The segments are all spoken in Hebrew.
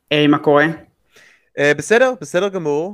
היי, מה קורה? בסדר, בסדר גמור.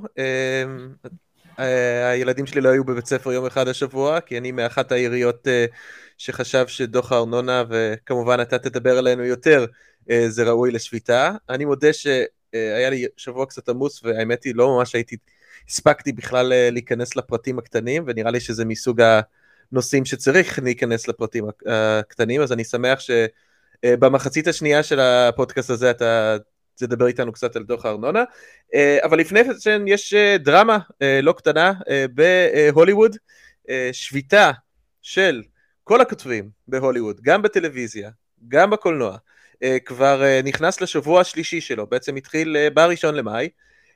הילדים שלי לא היו בבית ספר יום אחד השבוע, כי אני מאחת העיריות שחשב שדוח הארנונה, וכמובן אתה תדבר עלינו יותר, זה ראוי לשביתה. אני מודה שהיה לי שבוע קצת עמוס, והאמת היא לא ממש הספקתי בכלל להיכנס לפרטים הקטנים, ונראה לי שזה מסוג הנושאים שצריך להיכנס לפרטים הקטנים, אז אני שמח שבמחצית השנייה של הפודקאסט הזה אתה תדבר איתנו קצת על דוח הארנונה, אבל לפני כן יש דרמה לא קטנה בהוליווד, שביתה של כל הכותבים בהוליווד, גם בטלוויזיה, גם בקולנוע, כבר נכנס לשבוע השלישי שלו, בעצם התחיל ב1 למאי,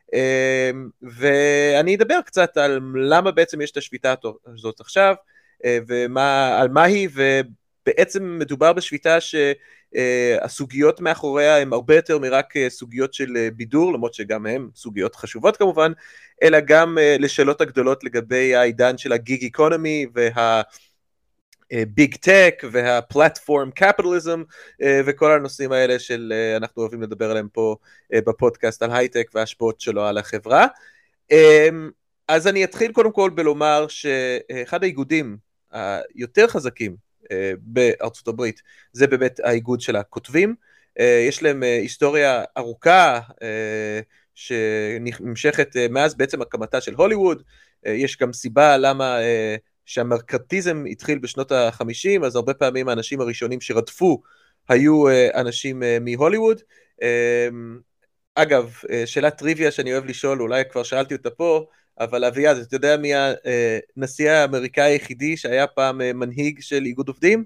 ואני אדבר קצת על למה בעצם יש את השביתה הזאת עכשיו, ועל מה היא, ובעצם מדובר בשביתה שהסוגיות מאחוריה הן הרבה יותר מרק סוגיות של בידור, למרות שגם הן סוגיות חשובות כמובן, אלא גם לשאלות הגדולות לגבי העידן של הגיג איקונומי ביג טק והפלטפורם קפיטליזם וכל הנושאים האלה של אנחנו אוהבים לדבר עליהם פה בפודקאסט על הייטק וההשפעות שלו על החברה. אז אני אתחיל קודם כל בלומר שאחד האיגודים היותר חזקים בארצות הברית זה באמת האיגוד של הכותבים, יש להם היסטוריה ארוכה שנמשכת מאז בעצם הקמתה של הוליווד, יש גם סיבה למה שהמרקטיזם התחיל בשנות ה-50, אז הרבה פעמים האנשים הראשונים שרדפו היו אנשים מהוליווד. אגב, שאלת טריוויה שאני אוהב לשאול, אולי כבר שאלתי אותה פה, אבל אביעד, אתה יודע מי הנשיא האמריקאי היחידי שהיה פעם מנהיג של איגוד עובדים?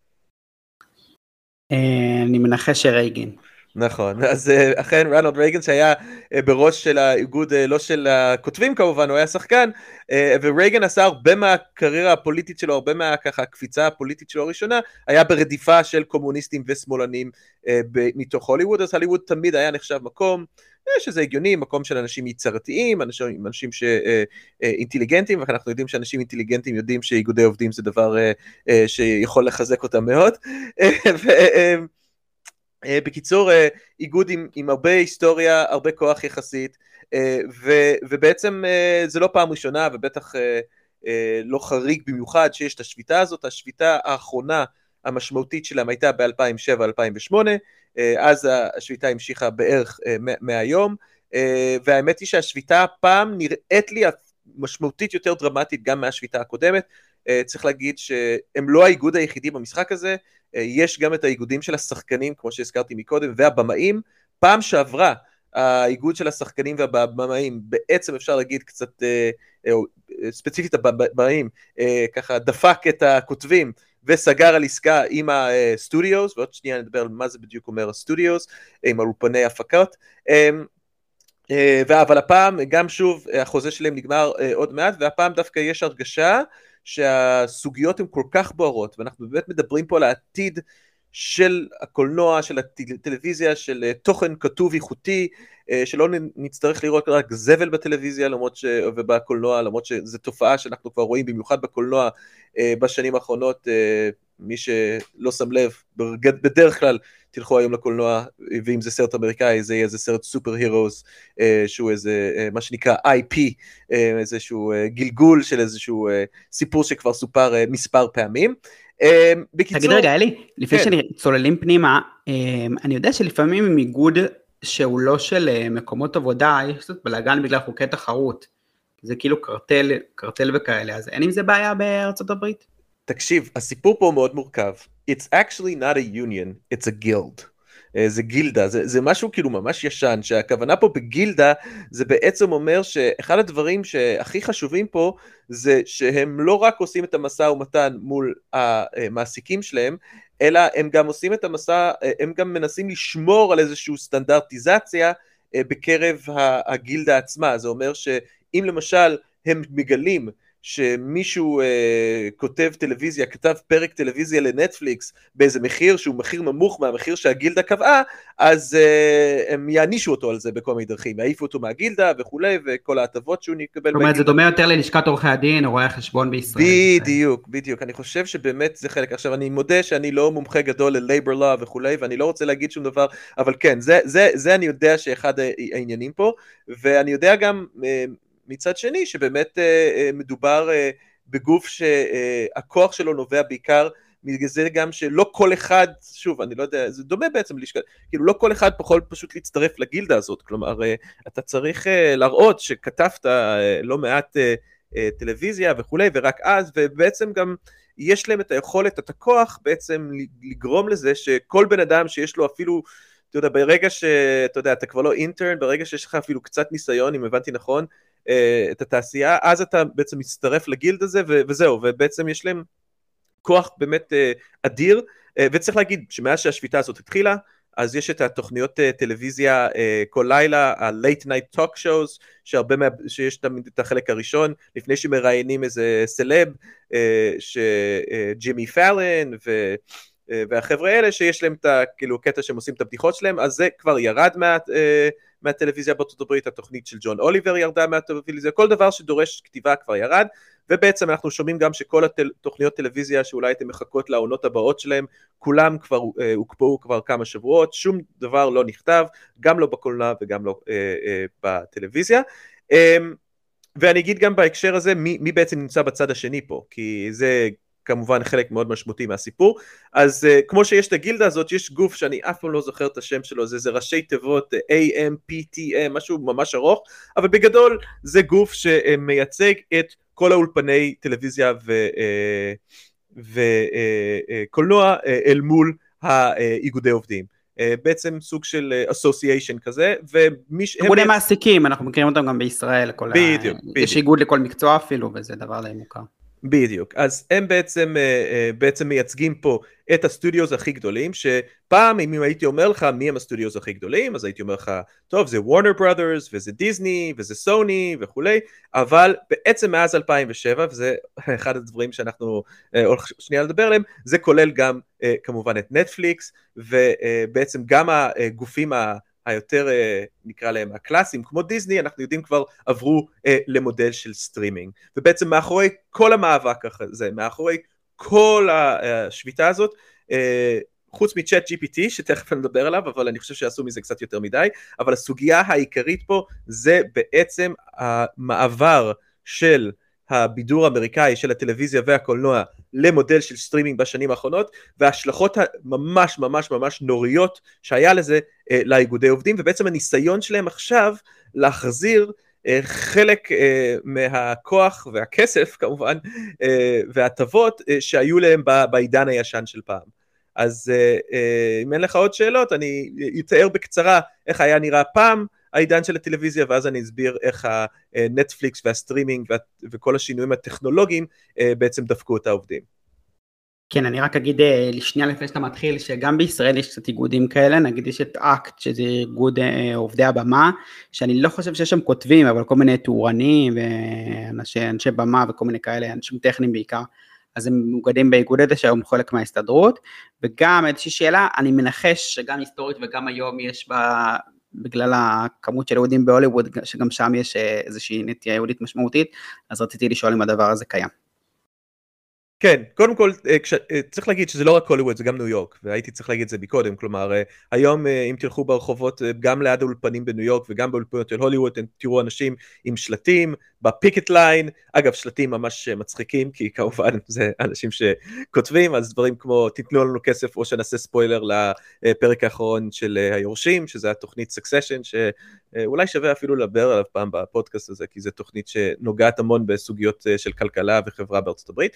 אני מנחש שרייגן. נכון, אז אכן רונלד רייגן שהיה בראש של האיגוד, לא של הכותבים כמובן, הוא היה שחקן, ורייגן עשה הרבה מהקריירה הפוליטית שלו, הרבה מהככה הקפיצה הפוליטית שלו הראשונה, היה ברדיפה של קומוניסטים ושמאלנים מתוך הוליווד, אז הוליווד תמיד היה נחשב מקום, שזה הגיוני, מקום של אנשים יצירתיים, אנשים שאינטליגנטים, ואנחנו יודעים שאנשים אינטליגנטים יודעים שאיגודי עובדים זה דבר שיכול לחזק אותם מאוד, בקיצור, איגוד עם הרבה היסטוריה, הרבה כוח יחסית, ובעצם זה לא פעם ראשונה, ובטח לא חריג במיוחד שיש את השביתה הזאת, השביתה האחרונה המשמעותית שלהם הייתה ב-2007-2008, אז השביתה המשיכה בערך מהיום, והאמת היא שהשביתה הפעם נראית לי משמעותית יותר דרמטית גם מהשביתה הקודמת, צריך להגיד שהם לא האיגוד היחידי במשחק הזה, יש גם את האיגודים של השחקנים, כמו שהזכרתי מקודם, והבמאים. פעם שעברה, האיגוד של השחקנים והבמאים, בעצם אפשר להגיד קצת, ספציפית הבמאים, ככה דפק את הכותבים, וסגר על עסקה עם הסטודיוס, ועוד שנייה נדבר על מה זה בדיוק אומר הסטודיוס, עם אולפני הפקות, אבל הפעם, גם שוב, החוזה שלהם נגמר עוד מעט, והפעם דווקא יש הרגשה, שהסוגיות הן כל כך בוערות, ואנחנו באמת מדברים פה על העתיד של הקולנוע, של הטלוויזיה, של תוכן כתוב איכותי, שלא נצטרך לראות רק זבל בטלוויזיה ובקולנוע, למרות שזו תופעה שאנחנו כבר רואים במיוחד בקולנוע בשנים האחרונות, מי שלא שם לב, בדרך כלל תלכו היום לקולנוע, ואם זה סרט אמריקאי, זה יהיה איזה סרט סופר הירוס, שהוא איזה, מה שנקרא IP, איזשהו גלגול של איזשהו סיפור שכבר סופר מספר פעמים. בקיצור... תגיד רגע, אלי, לפני שאני צוללים פנימה, אני יודע שלפעמים עם איגוד שהוא לא של מקומות עבודה, יש קצת בלגן בגלל חוקי תחרות, זה כאילו קרטל וכאלה, אז אין עם זה בעיה בארצות הברית? תקשיב, הסיפור פה מאוד מורכב. It's actually not a union, it's a guild. זה גילדה, זה משהו כאילו ממש ישן, שהכוונה פה בגילדה, זה בעצם אומר שאחד הדברים שהכי חשובים פה, זה שהם לא רק עושים את המשא ומתן מול המעסיקים שלהם, אלא הם גם עושים את המשא, הם גם מנסים לשמור על איזושהי סטנדרטיזציה, בקרב הגילדה עצמה. זה אומר שאם למשל הם מגלים שמישהו כותב טלוויזיה, כתב פרק טלוויזיה לנטפליקס באיזה מחיר שהוא מחיר נמוך מהמחיר שהגילדה קבעה, אז הם יענישו אותו על זה בכל מיני דרכים, יעיפו אותו מהגילדה וכולי, וכל ההטבות שהוא יקבל. זאת אומרת, זה דומה יותר ללשכת עורכי הדין או רואי החשבון בישראל. בדיוק, אני חושב שבאמת זה חלק. עכשיו אני מודה שאני לא מומחה גדול ל-labor law וכולי, ואני לא רוצה להגיד שום דבר, אבל כן, זה אני יודע שאחד העניינים פה, ואני יודע גם מצד שני שבאמת מדובר בגוף שהכוח שלו נובע בעיקר מזה גם שלא כל אחד, שוב אני לא יודע, זה דומה בעצם לשכת, כאילו לא כל אחד יכול פשוט להצטרף לגילדה הזאת, כלומר אתה צריך להראות שכתבת לא מעט טלוויזיה וכולי, ורק אז, ובעצם גם יש להם את היכולת, את הכוח בעצם לגרום לזה שכל בן אדם שיש לו אפילו, אתה יודע, ברגע שאתה יודע, אתה כבר לא אינטרן, ברגע שיש לך אפילו קצת ניסיון, אם הבנתי נכון, את התעשייה, אז אתה בעצם מצטרף לגילד הזה, וזהו, ובעצם יש להם כוח באמת אדיר, וצריך להגיד שמאז שהשביתה הזאת התחילה, אז יש את התוכניות טלוויזיה כל לילה, ה-late night talk shows, שיש תמיד את החלק הראשון, לפני שמראיינים איזה סלב, שג'ימי פאלן והחבר'ה האלה, שיש להם את הקטע שהם עושים את הבדיחות שלהם, אז זה כבר ירד מהטלוויזיה בארצות הברית, התוכנית של ג'ון אוליבר ירדה מהטלוויזיה, כל דבר שדורש כתיבה כבר ירד, ובעצם אנחנו שומעים גם שכל התוכניות טלוויזיה שאולי אתם מחכות לעונות הבאות שלהם, כולם כבר הוקפאו כבר כמה שבועות, שום דבר לא נכתב, גם לא בקולנוע וגם לא בטלוויזיה, ואני אגיד גם בהקשר הזה, מי בעצם נמצא בצד השני פה, כי זה כמובן חלק מאוד משמעותי מהסיפור. אז כמו שיש את הגילדה הזאת, יש גוף שאני אף פעם לא זוכר את השם שלו, זה ראשי תיבות AMPTM, משהו ממש ארוך, אבל בגדול זה גוף שמייצג את כל האולפני טלוויזיה וקולנוע אל מול האיגודי עובדים. בעצם סוג של אסוסיישן כזה, ארגוני מעסיקים, אנחנו מכירים אותם גם בישראל, בדיוק. יש איגוד לכל מקצוע אפילו, וזה דבר די מוכר. בדיוק, אז הם בעצם מייצגים פה את הסטודיוס הכי גדולים, שפעם אם הייתי אומר לך מי הם הסטודיוס הכי גדולים, אז הייתי אומר לך, טוב זה וורנר ברודרס וזה דיזני וזה סוני וכולי, אבל בעצם מאז 2007, וזה אחד הדברים שאנחנו הולכים שנייה לדבר עליהם, זה כולל גם כמובן את נטפליקס, ובעצם גם הגופים היותר נקרא להם הקלאסיים, כמו דיזני, אנחנו יודעים כבר עברו למודל של סטרימינג, ובעצם מאחורי כל המאבק הזה, מאחורי כל השביתה הזאת, חוץ מצ'אט GPT, שתכף נדבר עליו, אבל אני חושב שעשו מזה קצת יותר מדי, אבל הסוגיה העיקרית פה, זה בעצם המעבר של הבידור האמריקאי של הטלוויזיה והקולנוע למודל של סטרימינג בשנים האחרונות, וההשלכות הממש ממש ממש נוריות שהיה לזה לאיגודי עובדים, ובעצם הניסיון שלהם עכשיו להחזיר חלק מהכוח והכסף כמובן, והטבות שהיו להם בעידן הישן של פעם. אז אם אין לך עוד שאלות, אני אתאר בקצרה איך היה נראה פעם, העידן של הטלוויזיה, ואז אני אסביר איך הנטפליקס והסטרימינג וכל השינויים הטכנולוגיים בעצם דפקו את העובדים. כן, אני רק אגיד לשנייה לפני שאתה מתחיל, שגם בישראל יש קצת איגודים כאלה, נגיד יש את אקט, שזה איגוד עובדי הבמה, שאני לא חושב שיש שם כותבים, אבל כל מיני תאורנים, ואנשי במה וכל מיני כאלה, אנשים טכניים בעיקר, אז הם מאוגדים באיגוד הזה שהיום חלק מההסתדרות, וגם איזושהי שאלה, אני מנחש שגם היסטורית וגם היום יש בגלל הכמות של יהודים בהוליווד, שגם שם יש איזושהי נטייה יהודית משמעותית, אז רציתי לשאול אם הדבר הזה קיים. כן, קודם כל צריך להגיד שזה לא רק הוליווד, זה גם ניו יורק, והייתי צריך להגיד את זה מקודם, כלומר היום אם תלכו ברחובות גם ליד האולפנים בניו יורק וגם באולפנות של הוליווד, תראו אנשים עם שלטים בפיקט ליין, אגב שלטים ממש מצחיקים, כי כמובן זה אנשים שכותבים, אז דברים כמו תיתנו לנו כסף או שנעשה ספוילר לפרק האחרון של היורשים, שזה התוכנית סקסשן, שאולי שווה אפילו לדבר עליו פעם בפודקאסט הזה, כי זו תוכנית שנוגעת המון בסוגיות של כלכלה וחברה בארצות הברית,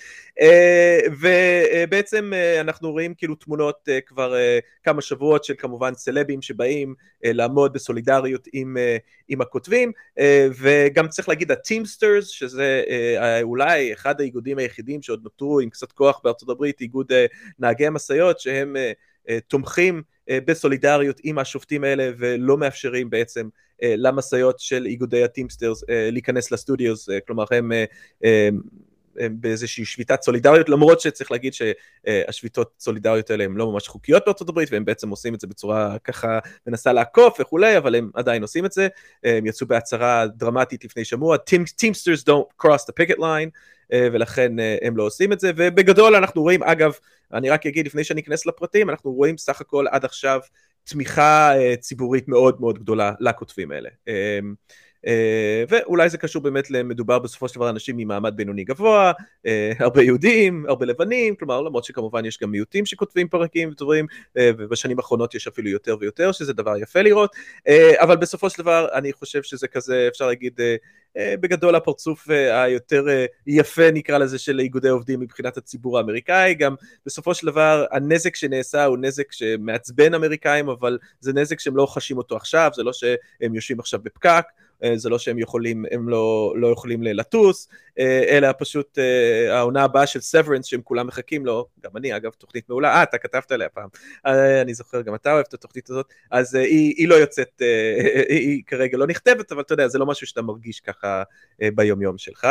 ובעצם אנחנו רואים כאילו תמונות כבר כמה שבועות של כמובן סלבים שבאים לעמוד בסולידריות עם הכותבים, וגם צריך להגיד הטימסטרס, שזה אולי אחד האיגודים היחידים שעוד נותרו עם קצת כוח בארצות הברית, איגוד נהגי המשאיות, שהם תומכים בסולידריות עם השופטים האלה, ולא מאפשרים בעצם למשאיות של איגודי הטימסטרס להיכנס לסטודיוס, כלומר הם באיזושהי שביתת סולידריות, למרות שצריך להגיד שהשביתות סולידריות האלה הן לא ממש חוקיות בארצות הברית, והם בעצם עושים את זה בצורה ככה, מנסה לעקוף וכולי, אבל הם עדיין עושים את זה, הם יצאו בהצהרה דרמטית לפני שבוע, Teamsters don't cross the picket line, ולכן הם לא עושים את זה, ובגדול אנחנו רואים, אגב, אני רק אגיד לפני שאני אכנס לפרטים, אנחנו רואים סך הכל עד עכשיו תמיכה ציבורית מאוד מאוד גדולה לכותבים האלה. ואולי זה קשור באמת למדובר בסופו של דבר אנשים ממעמד בינוני גבוה, הרבה יהודים, הרבה לבנים, כלומר למרות שכמובן יש גם מיעוטים שכותבים פרקים ודברים, ובשנים האחרונות יש אפילו יותר ויותר, שזה דבר יפה לראות, אבל בסופו של דבר אני חושב שזה כזה, אפשר להגיד, בגדול הפרצוף היותר יפה נקרא לזה של איגודי עובדים מבחינת הציבור האמריקאי, גם בסופו של דבר הנזק שנעשה הוא נזק שמעצבן אמריקאים, אבל זה נזק שהם לא חשים אותו עכשיו, זה לא שהם יושבים עכשיו בפקק, זה לא שהם יכולים, הם לא יכולים לטוס, אלא פשוט העונה הבאה של Severance שהם כולם מחכים לו, גם אני אגב, תוכנית מעולה, אתה כתבת עליה פעם, אני זוכר גם אתה אוהב את התוכנית הזאת, אז היא לא יוצאת, היא כרגע לא נכתבת, אבל אתה יודע, זה לא משהו שאתה מרגיש ככה ביום יום שלך.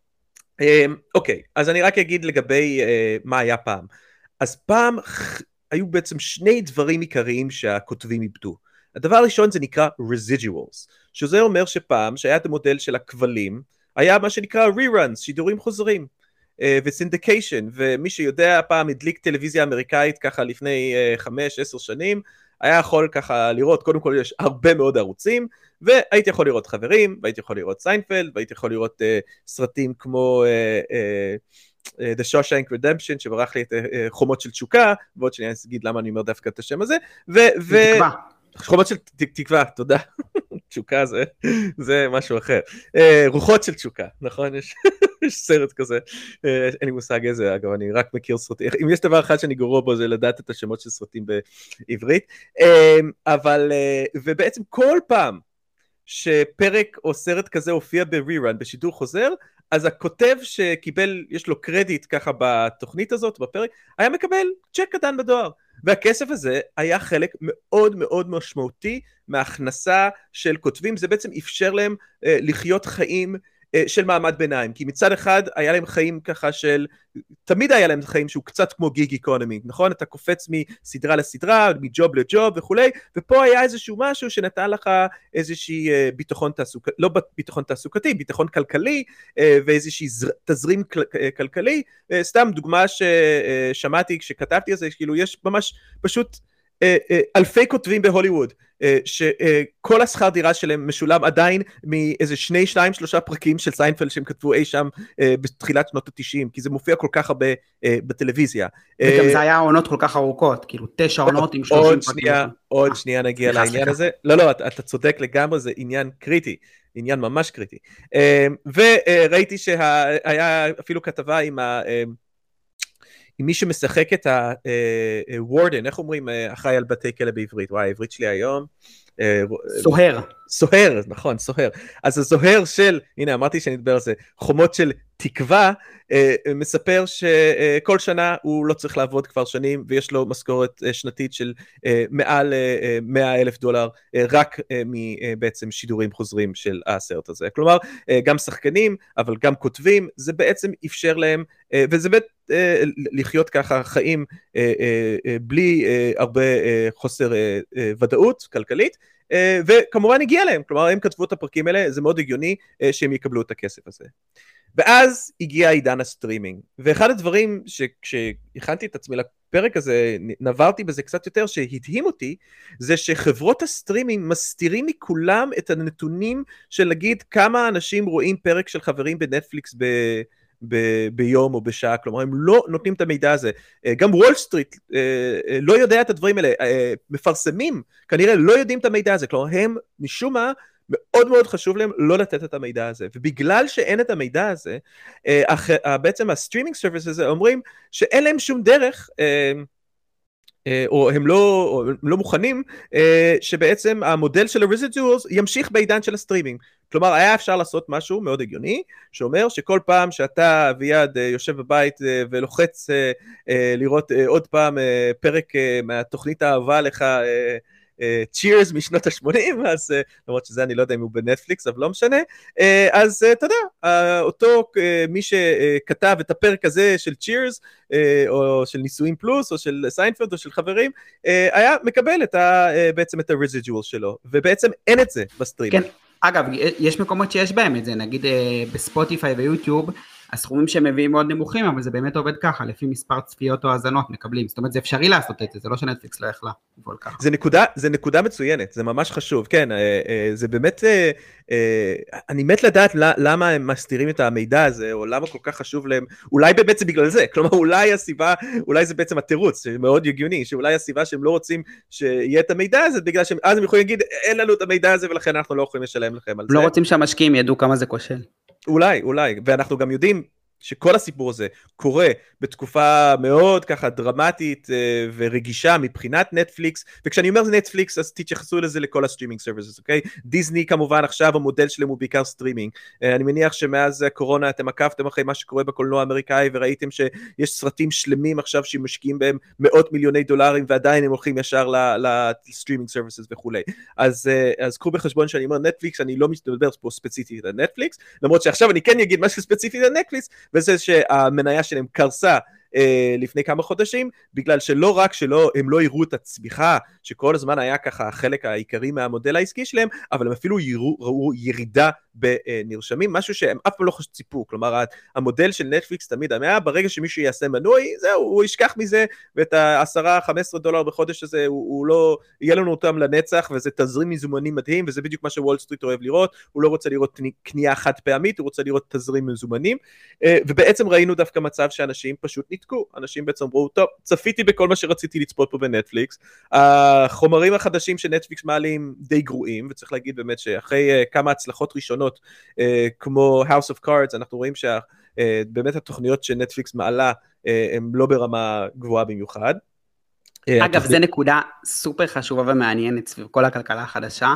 אוקיי, אז אני רק אגיד לגבי מה היה פעם. אז פעם היו בעצם שני דברים עיקריים שהכותבים איבדו. הדבר הראשון זה נקרא residuals, שזה אומר שפעם שהיה את המודל של הכבלים, היה מה שנקרא reruns, שידורים חוזרים, וסינדיקיישן, ומי שיודע פעם הדליק טלוויזיה אמריקאית ככה לפני 5-10 שנים, היה יכול ככה לראות, קודם כל יש הרבה מאוד ערוצים, והייתי יכול לראות חברים, והייתי יכול לראות סיינפלד, והייתי יכול לראות סרטים כמו The Shawshank Redemption, שברח לי את חומות של תשוקה, ועוד שאני אגיד למה אני אומר דווקא את השם הזה, תקווה. חומות של תקווה, תודה. תשוקה זה משהו אחר. רוחות של תשוקה, נכון? יש סרט כזה. אין לי מושג איזה, אגב, אני רק מכיר סרטים. אם יש דבר אחד שאני גרוע בו, זה לדעת את השמות של סרטים בעברית. אבל, ובעצם כל פעם שפרק או סרט כזה הופיע ברירן, בשידור חוזר, אז הכותב שקיבל, יש לו קרדיט ככה בתוכנית הזאת, בפרק, היה מקבל צ'ק קטן בדואר. והכסף הזה היה חלק מאוד מאוד משמעותי מההכנסה של כותבים, זה בעצם אפשר להם לחיות חיים של מעמד ביניים, כי מצד אחד היה להם חיים ככה של, תמיד היה להם חיים שהוא קצת כמו גיג איקונומי, נכון? אתה קופץ מסדרה לסדרה, מג'וב לג'וב וכולי, ופה היה איזשהו משהו שנתן לך איזושהי ביטחון תעסוקתי, לא ביטחון תעסוקתי, ביטחון כלכלי, ואיזושהי תזרים כלכלי, סתם דוגמה ששמעתי כשכתבתי על זה, כאילו יש ממש פשוט אלפי כותבים בהוליווד, שכל השכר דירה שלהם משולם עדיין מאיזה 2-3 פרקים של סיינפלד שהם כתבו אי שם בתחילת שנות ה-90, כי זה מופיע כל כך הרבה בטלוויזיה. וגם זה היה עונות כל כך ארוכות, כאילו 9 עונות עם 30 פרקים. עוד שנייה נגיע לעניין הזה. לא, אתה צודק לגמרי, זה עניין קריטי, עניין ממש קריטי. וראיתי שהיה אפילו כתבה עם מי שמשחק את הוורדן, איך אומרים, אחראי על בתי כלא בעברית, וואי, העברית שלי היום. סוהר, נכון, סוהר. אז הזוהר של, הנה אמרתי שאני אדבר על זה, חומות של תקווה, מספר שכל שנה הוא לא צריך לעבוד כבר שנים, ויש לו משכורת שנתית של מעל $100,000, רק מבעצם שידורים חוזרים של הסרט הזה. כלומר, גם שחקנים, אבל גם כותבים, זה בעצם אפשר להם, וזה באמת לחיות ככה חיים בלי הרבה חוסר ודאות כלכלית, וכמובן הגיע להם, כלומר הם כתבו את הפרקים האלה, זה מאוד הגיוני שהם יקבלו את הכסף הזה. ואז הגיע עידן הסטרימינג, ואחד הדברים שכשהכנתי את עצמי לפרק הזה, נברתי בזה קצת יותר, שהדהים אותי, זה שחברות הסטרימינג מסתירים מכולם את הנתונים של להגיד כמה אנשים רואים פרק של חברים בנטפליקס ביום או בשעה, כלומר הם לא נותנים את המידע הזה, גם וול סטריט לא יודע את הדברים האלה, מפרסמים כנראה לא יודעים את המידע הזה, כלומר הם משום מה מאוד מאוד חשוב להם לא לתת את המידע הזה, ובגלל שאין את המידע הזה, בעצם הסטרימינג סרוויס הזה אומרים שאין להם שום דרך, או הם לא מוכנים, שבעצם המודל של ה-residuals ימשיך בעידן של הסטרימינג. כלומר, היה אפשר לעשות משהו מאוד הגיוני, שאומר שכל פעם שאתה ויד יושב בבית ולוחץ לראות עוד פעם פרק מהתוכנית האהובה לך, צ'ירס משנות ה-80, אז למרות שזה אני לא יודע אם הוא בנטפליקס, אבל לא משנה, אז אתה יודע, אותו מי שכתב את הפרק הזה של צ'ירס, או של ניסויים פלוס, או של סיינפלד, או של חברים, היה מקבל בעצם את הרזידואל שלו, ובעצם אין את זה בסטרימינג. כן, אגב, יש מקומות שיש בהם את זה, נגיד בספוטיפיי ויוטיוב, הסכומים שהם מביאים מאוד נמוכים, אבל זה באמת עובד ככה, לפי מספר צפיות או האזנות מקבלים, זאת אומרת, זה אפשרי לעשות את זה, זה לא שנטפליקס לא יכלה לפעול ככה. זה נקודה מצוינת, זה ממש חשוב, כן, זה באמת, אני מת לדעת למה הם מסתירים את המידע הזה, או למה כל כך חשוב להם, אולי באמת זה בגלל זה, כלומר, אולי הסיבה, אולי זה בעצם התירוץ, שמאוד הגיוני, שאולי הסיבה שהם לא רוצים שיהיה את המידע הזה, בגלל שאז הם יכולים להגיד, אין לנו את המידע הזה, ולכן אנחנו לא יכולים לשלם לכם על זה. לא רוצים שהמשקיעים ידעו כמה זה כושל. אולי, ואנחנו גם יודעים שכל הסיפור הזה קורה בתקופה מאוד ככה דרמטית ורגישה מבחינת נטפליקס, וכשאני אומר נטפליקס אז תתייחסו לזה לכל הסטרימינג סרוויסס, אוקיי? דיזני כמובן עכשיו המודל שלהם הוא בעיקר סטרימינג, אני מניח שמאז הקורונה אתם עקבתם אחרי מה שקורה בקולנוע האמריקאי וראיתם שיש סרטים שלמים עכשיו שמשקיעים בהם מאות מיליוני דולרים ועדיין הם הולכים ישר לסטרימינג סרוויסס וכולי, אז קחו בחשבון שאני אומר נטפליקס, אני לא מדבר פה ספציפית על נטפליקס, למרות שעכשיו אני כן אגיד משהו ספציפי על נטפליקס, וזה שהמניה שלהם קרסה לפני כמה חודשים, בגלל שלא רק הם לא יראו את הצמיחה, שכל הזמן היה ככה החלק העיקרי מהמודל העסקי שלהם, אבל הם אפילו ראו ירידה בנרשמים, משהו שהם אף פעם לא ציפו, כלומר המודל של נטפליקס תמיד היה, ברגע שמישהו יעשה מנוי, זהו, הוא ישכח מזה, ואת $10-15 בחודש הזה, הוא לא, יהיה לנו אותם לנצח, וזה תזרים מזומנים מדהים, וזה בדיוק מה שוול סטריט אוהב לראות, הוא לא רוצה לראות קנייה חד פעמית, הוא רוצה לראות תזרים מזומנים, ובעצם ראינו דווקא מצב שאנשים פשוט נתקו, אנשים בעצם אמרו, טוב, צפיתי בכל מה שרציתי לצפות פה בנטפליקס, החומרים החדשים שנטפליקס מעלים די גרועים, וצריך להגיד באמת שאחרי כמה הצלחות ראשונות, כמו House of Cards, אנחנו רואים שבאמת התוכניות שנטפליקס מעלה, הן לא ברמה גבוהה במיוחד. אגב, זה נקודה סופר חשובה ומעניינת סביב כל הכלכלה החדשה,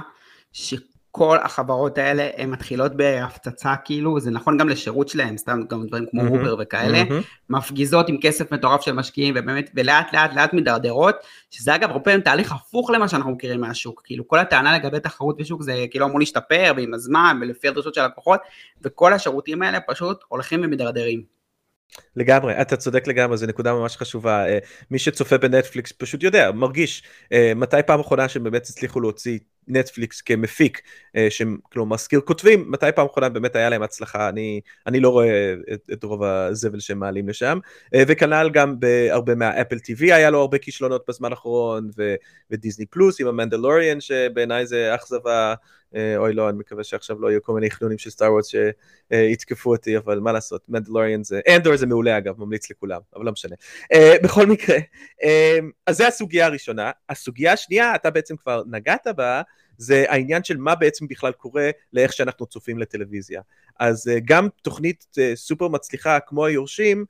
כל החברות האלה הן מתחילות בהפצצה כאילו, זה נכון גם לשירות שלהם, סתם גם דברים כמו אובר וכאלה, מפגיזות עם כסף מטורף של משקיעים, ובאמת, ולאט מדרדרות, שזה אגב הרבה פעמים תהליך הפוך למה שאנחנו מכירים מהשוק, כאילו כל הטענה לגבי תחרות בשוק זה כאילו אמור להשתפר, ועם הזמן, ולפי הדרישות של הלקוחות, וכל השירותים האלה פשוט הולכים ומדרדרים. לגמרי, אתה צודק לגמרי, זו נקודה ממש חשובה, מי שצופה בנטפליקס פשוט יודע, מרגיש, מתי פעם אחרונה שהם באמת הצליחו להוציא נטפליקס כמפיק, כלומר מזכיר כותבים, מתי פעם אחרונה באמת היה להם הצלחה, אני לא רואה את רוב הזבל שהם מעלים לשם, וכנ"ל גם בהרבה מהאפל TV, היה לו הרבה כישלונות בזמן האחרון, ודיזני פלוס עם המנדלוריאן, שבעיניי זה אכזבה, אוי לא, אני מקווה שעכשיו לא יהיו כל מיני חנונים של סטאר וורס שיתקפו אותי, אבל מה לעשות, מנדלוריאן זה, אנדור זה מעולה אגב, ממליץ לכולם, אבל לא משנה. בכל מקרה, אז זה הסוגיה הראשונה, הסוגיה השנייה, אתה בעצם כבר נגעת בה, זה העניין של מה בעצם בכלל קורה לאיך שאנחנו צופים לטלוויזיה. אז גם תוכנית סופר מצליחה כמו היורשים,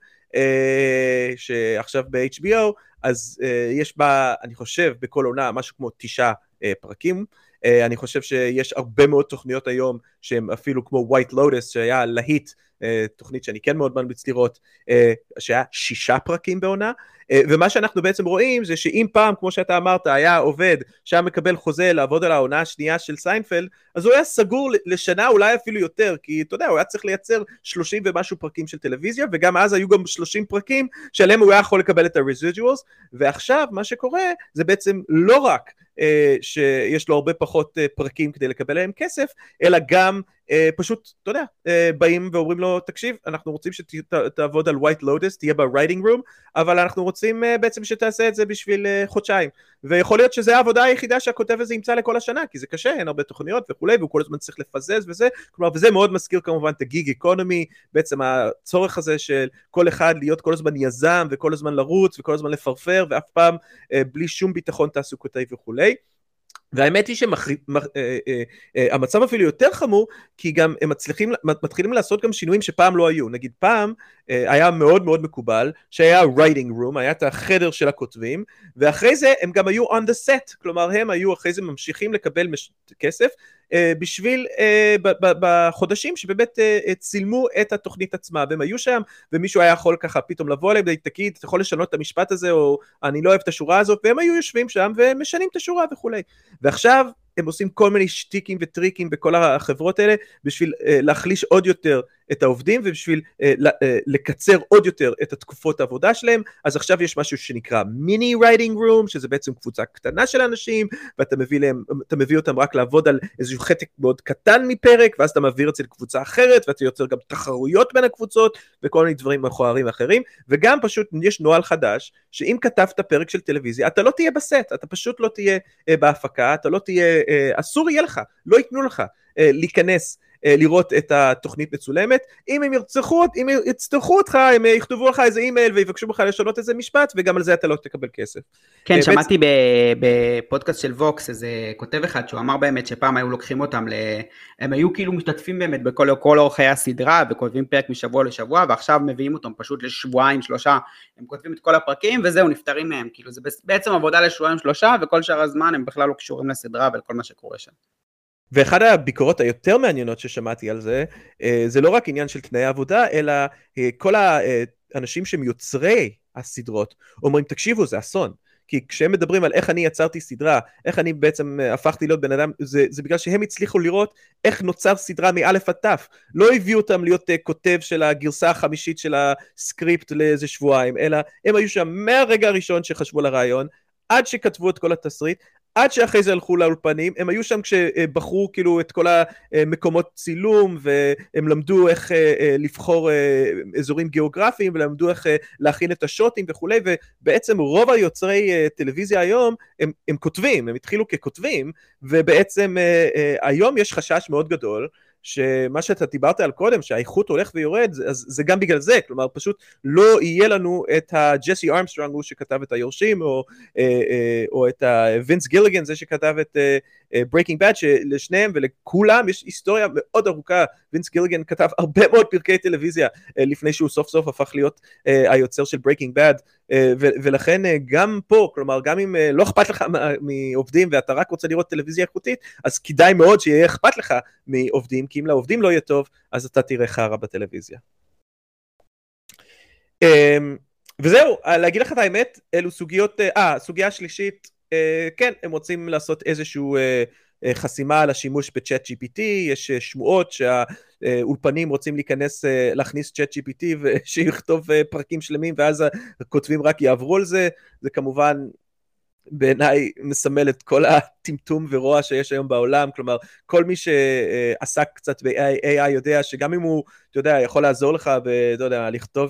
שעכשיו ב-HBO, אז יש בה, אני חושב, בכל עונה, משהו כמו 9 פרקים, אני חושב שיש הרבה מאוד תוכניות היום שהן אפילו כמו White Lotus שהיה להיט, תוכנית שאני כן מאוד ממליץ לראות, שהיה 6 פרקים בעונה, ומה שאנחנו בעצם רואים זה שאם פעם, כמו שאתה אמרת, היה עובד שהיה מקבל חוזה לעבוד על העונה השנייה של סיינפלד, אז הוא היה סגור לשנה אולי אפילו יותר, כי אתה יודע, הוא היה צריך לייצר 30 ומשהו פרקים של טלוויזיה, וגם אז היו גם 30 פרקים שעליהם הוא היה יכול לקבל את ה-residuals, ועכשיו מה שקורה זה בעצם לא רק שיש לו הרבה פחות פרקים כדי לקבל להם כסף, אלא גם פשוט, אתה יודע, באים ואומרים לו, תקשיב, אנחנו רוצים שתעבוד על White Lotus, תהיה ב-writing room, אבל אנחנו רוצים בעצם שתעשה את זה בשביל חודשיים, ויכול להיות שזה העבודה היחידה שהכותב הזה ימצא לכל השנה, כי זה קשה, אין הרבה תוכניות וכולי, והוא כל הזמן צריך לפזז וזה, כלומר, וזה מאוד מזכיר כמובן את הגיג אקונומי, בעצם הצורך הזה של כל אחד להיות כל הזמן יזם, וכל הזמן לרוץ, וכל הזמן לפרפר, ואף פעם בלי שום ביטחון תעסוקתי וכולי. והאמת היא שהמצב אפילו יותר חמור, כי גם הם מתחילים לעשות גם שינויים שפעם לא היו. נגיד פעם היה מאוד מאוד מקובל, שהיה writing room, היה את החדר של הכותבים, ואחרי זה הם גם היו on the set, כלומר הם היו אחרי זה ממשיכים לקבל כסף, בשביל, בחודשים שבאמת צילמו את התוכנית עצמה, והם היו שם, ומישהו היה יכול ככה פתאום לבוא אליהם, תגיד, אתה יכול לשנות את המשפט הזה, או אני לא אוהב את השורה הזאת, והם היו יושבים שם, ומשנים את השורה וכולי. ועכשיו, הם עושים כל מיני שטיקים וטריקים בכל החברות האלה, בשביל להחליש עוד יותר את העובדים, ובשביל לקצר עוד יותר את התקופות העבודה שלהם. אז עכשיו יש משהו שנקרא מיני רייטינג רום, שזה בעצם קבוצה קטנה של אנשים, ואתה מביא אותם רק לעבוד על איזשהו חתק מאוד קטן מפרק, ואז אתה מעביר את זה לקבוצה אחרת, ואתה יוצר גם תחרויות בין הקבוצות, וכל מיני דברים מכוערים אחרים, וגם פשוט יש נוהל חדש, שאם כתבת פרק של טלוויזיה, אתה לא תהיה בסט, אתה פשוט לא תהיה בהפקה, אתה לא תהיה, אסור יהיה לך, לא ייתנו לך להיכנס, לראות את התוכנית מצולמת. אם הם יצטרכו אותך, הם יכתבו לך איזה אימייל ויבקשו לך לשנות איזה משפט, וגם על זה אתה לא תקבל כסף. כן, שמעתי בפודקאסט של ווקס איזה כותב אחד שהוא אמר באמת שפעם היו לוקחים אותם, הם היו כאילו משתתפים באמת בכל אורחי הסדרה, וכותבים פרק משבוע לשבוע, ועכשיו מביאים אותם פשוט לשבועיים, שלושה, הם כותבים את כל הפרקים, וזהו, נפטרים מהם. כאילו זה בעצם עבודה לשבועיים, שלושה, וכל שאר הזמן הם בכלל לא קשורים לסדרה ולכל מה שקורה שם. ואחד הביקורות היותר מעניינות ששמעתי על זה, זה לא רק עניין של תנאי עבודה, אלא כל האנשים שהם יוצרי הסדרות, אומרים, תקשיבו, זה אסון. כי כשהם מדברים על איך אני יצרתי סדרה, איך אני בעצם הפכתי להיות בן אדם, זה בגלל שהם הצליחו לראות איך נוצר סדרה מאלף עד תף. לא הביאו אותם להיות כותב של הגרסה החמישית של הסקריפט לאיזה שבועיים, אלא הם היו שם מהרגע הראשון שחשבו לרעיון, עד שכתבו את כל התסריט, עד שאחרי זה הלכו לאולפנים. הם היו שם כשבחרו כאילו את כל המקומות צילום, והם למדו איך לבחור אזורים גיאוגרפיים, ולמדו איך להכין את השוטים וכולי, ובעצם רוב היוצרי טלוויזיה היום הם כותבים, הם התחילו ככותבים, ובעצם היום יש חשש מאוד גדול, שמה שאתה דיברת על קודם, שהאיכות הולך ויורד, אז זה גם בגלל זה, כלומר פשוט לא יהיה לנו את הג'סי ארמסטרונג, הוא שכתב את היורשים, או את וינס גיליגן, זה שכתב את Breaking Bad, שלשניהם ולכולם יש היסטוריה מאוד ארוכה. וינס גיליגן כתב הרבה מאוד פרקי טלוויזיה, לפני שהוא סוף סוף הפך להיות היוצר של Breaking Bad, ולכן גם פה, כלומר גם אם לא אכפת לך מעובדים, ואתה רק רוצה לראות טלוויזיה איכותית, אז כדאי מאוד שיהיה אכפת לך מעובדים, כי אם לעובדים לא יהיה טוב, אז אתה תראה חרא בטלוויזיה. וזהו, להגיד לך את האמת, אלו סוגיות, סוגיה שלישית, כן, הם רוצים לעשות איזשהו חסימה על השימוש בצ'אט GPT, יש שמועות שהאולפנים רוצים להכניס צ'אט GPT ושיכתוב פרקים שלמים, ואז הכותבים רק יעברו על זה. זה כמובן בעיניי מסמל את כל הטמטום ורוע שיש היום בעולם. כלומר, כל מי שעסק קצת ב-AI יודע שגם אם הוא, אתה יודע, יכול לעזור לך לכתוב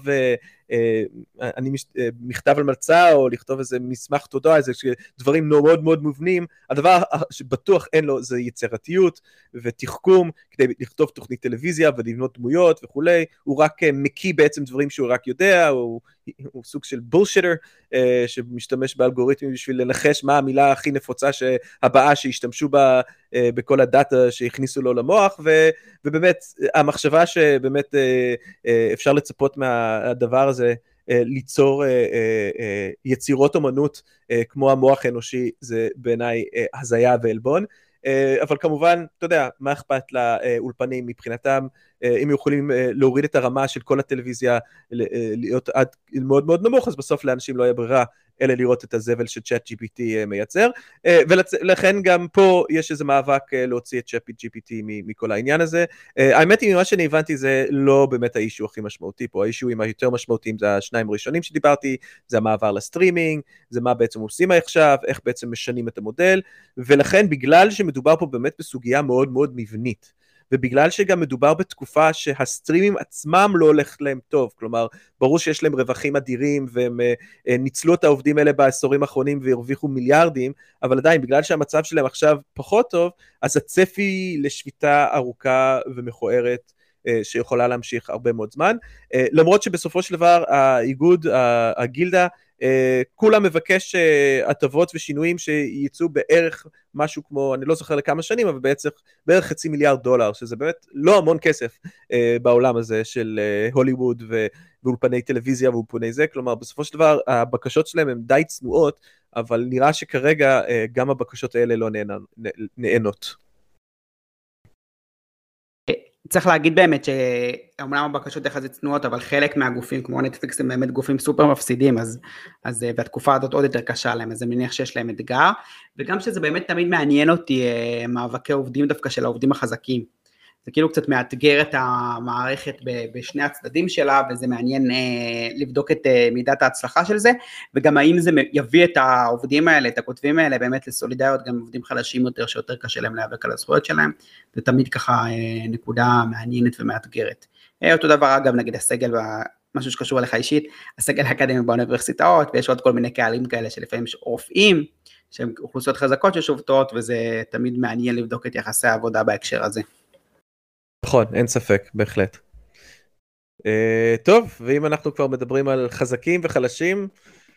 מכתב על מרצה, או לכתוב איזה מסמך תודה, איזה דברים מאוד מאוד מובנים, הדבר שבטוח אין לו זה יצירתיות ותחכום, כדי לכתוב תוכנית טלוויזיה ולבנות דמויות וכולי. הוא רק מקיא בעצם דברים שהוא רק יודע, הוא סוג של בולשיטר, שמשתמש באלגוריתמים בשביל לנחש מה המילה הכי נפוצה הבאה שהשתמשו בה בכל הדאטה שהכניסו לו למוח, ובאמת המחשבה שבאמת אפשר לצפות מהדבר הזה, ליצור יצירות אומנות כמו המוח האנושי, זה בעיניי הזיה ואלבון. אבל כמובן, אתה יודע, מה אכפת לאולפנים מבחינתם, אם יכולים להוריד את הרמה של כל הטלוויזיה, להיות עד מאוד מאוד נמוך, אז בסוף לאנשים לא יהיה ברירה, אלא לראות את הזבל שצ'אט GPT מייצר, ולכן גם פה יש איזה מאבק להוציא את צ'אט GPT מכל העניין הזה. האמת היא, ממה שאני הבנתי, זה לא באמת האישו הכי משמעותי פה, האישו עם היותר משמעותיים זה השניים הראשונים שדיברתי, זה המעבר לסטרימינג, זה מה בעצם עושים עכשיו, איך בעצם משנים את המודל, ולכן בגלל שמדובר פה באמת בסוגיה מאוד מאוד מבנית, ובגלל שגם מדובר בתקופה שהסטרימים עצמם לא הולך להם טוב, כלומר, ברור שיש להם רווחים אדירים, והם ניצלו את העובדים האלה בעשורים האחרונים, והרוויחו מיליארדים, אבל עדיין, בגלל שהמצב שלהם עכשיו פחות טוב, אז הצפי לשביתה ארוכה ומכוערת, שיכולה להמשיך הרבה מאוד זמן, למרות שבסופו של דבר, האיגוד, הגילדה, כולם מבקש הטבות ושינויים שייצאו בערך משהו כמו, אני לא זוכר לכמה שנים, אבל בערך $500 מיליארד, שזה באמת לא המון כסף בעולם הזה של הוליווד ואולפני טלוויזיה ואולפני זה. כלומר, בסופו של דבר הבקשות שלהם הן די צנועות, אבל נראה שכרגע גם הבקשות האלה לא נהנות. צריך להגיד באמת שאומנם הבקשות יחסית צנועות, אבל חלק מהגופים כמו נטפליקס הם באמת גופים סופר מפסידים, אז והתקופה הזאת עוד יותר קשה להם, אז אני מניח שיש להם אתגר, וגם שזה באמת תמיד מעניין אותי מאבקי עובדים דווקא של העובדים החזקים, זה כאילו קצת מאתגר את המערכת בשני הצדדים שלה, וזה מעניין לבדוק את מידת ההצלחה של זה, וגם האם זה יביא את העובדים האלה, את הכותבים האלה, באמת לסולידריות, גם עובדים חלשים יותר, שיותר קשה להם להיאבק על הזכויות שלהם, זה תמיד ככה נקודה מעניינת ומאתגרת. אותו דבר אגב, נגיד הסגל, משהו שקשור אליך אישית, הסגל האקדמי באוניברסיטאות, ויש עוד כל מיני קהלים כאלה, שלפעמים יש רופאים, שהם אוכלוסיות חזקות ששובתות, וזה תמיד מעניין לבדוק את יחסי העבודה בהקשר הזה. נכון, אין ספק, בהחלט. טוב, ואם אנחנו כבר מדברים על חזקים וחלשים,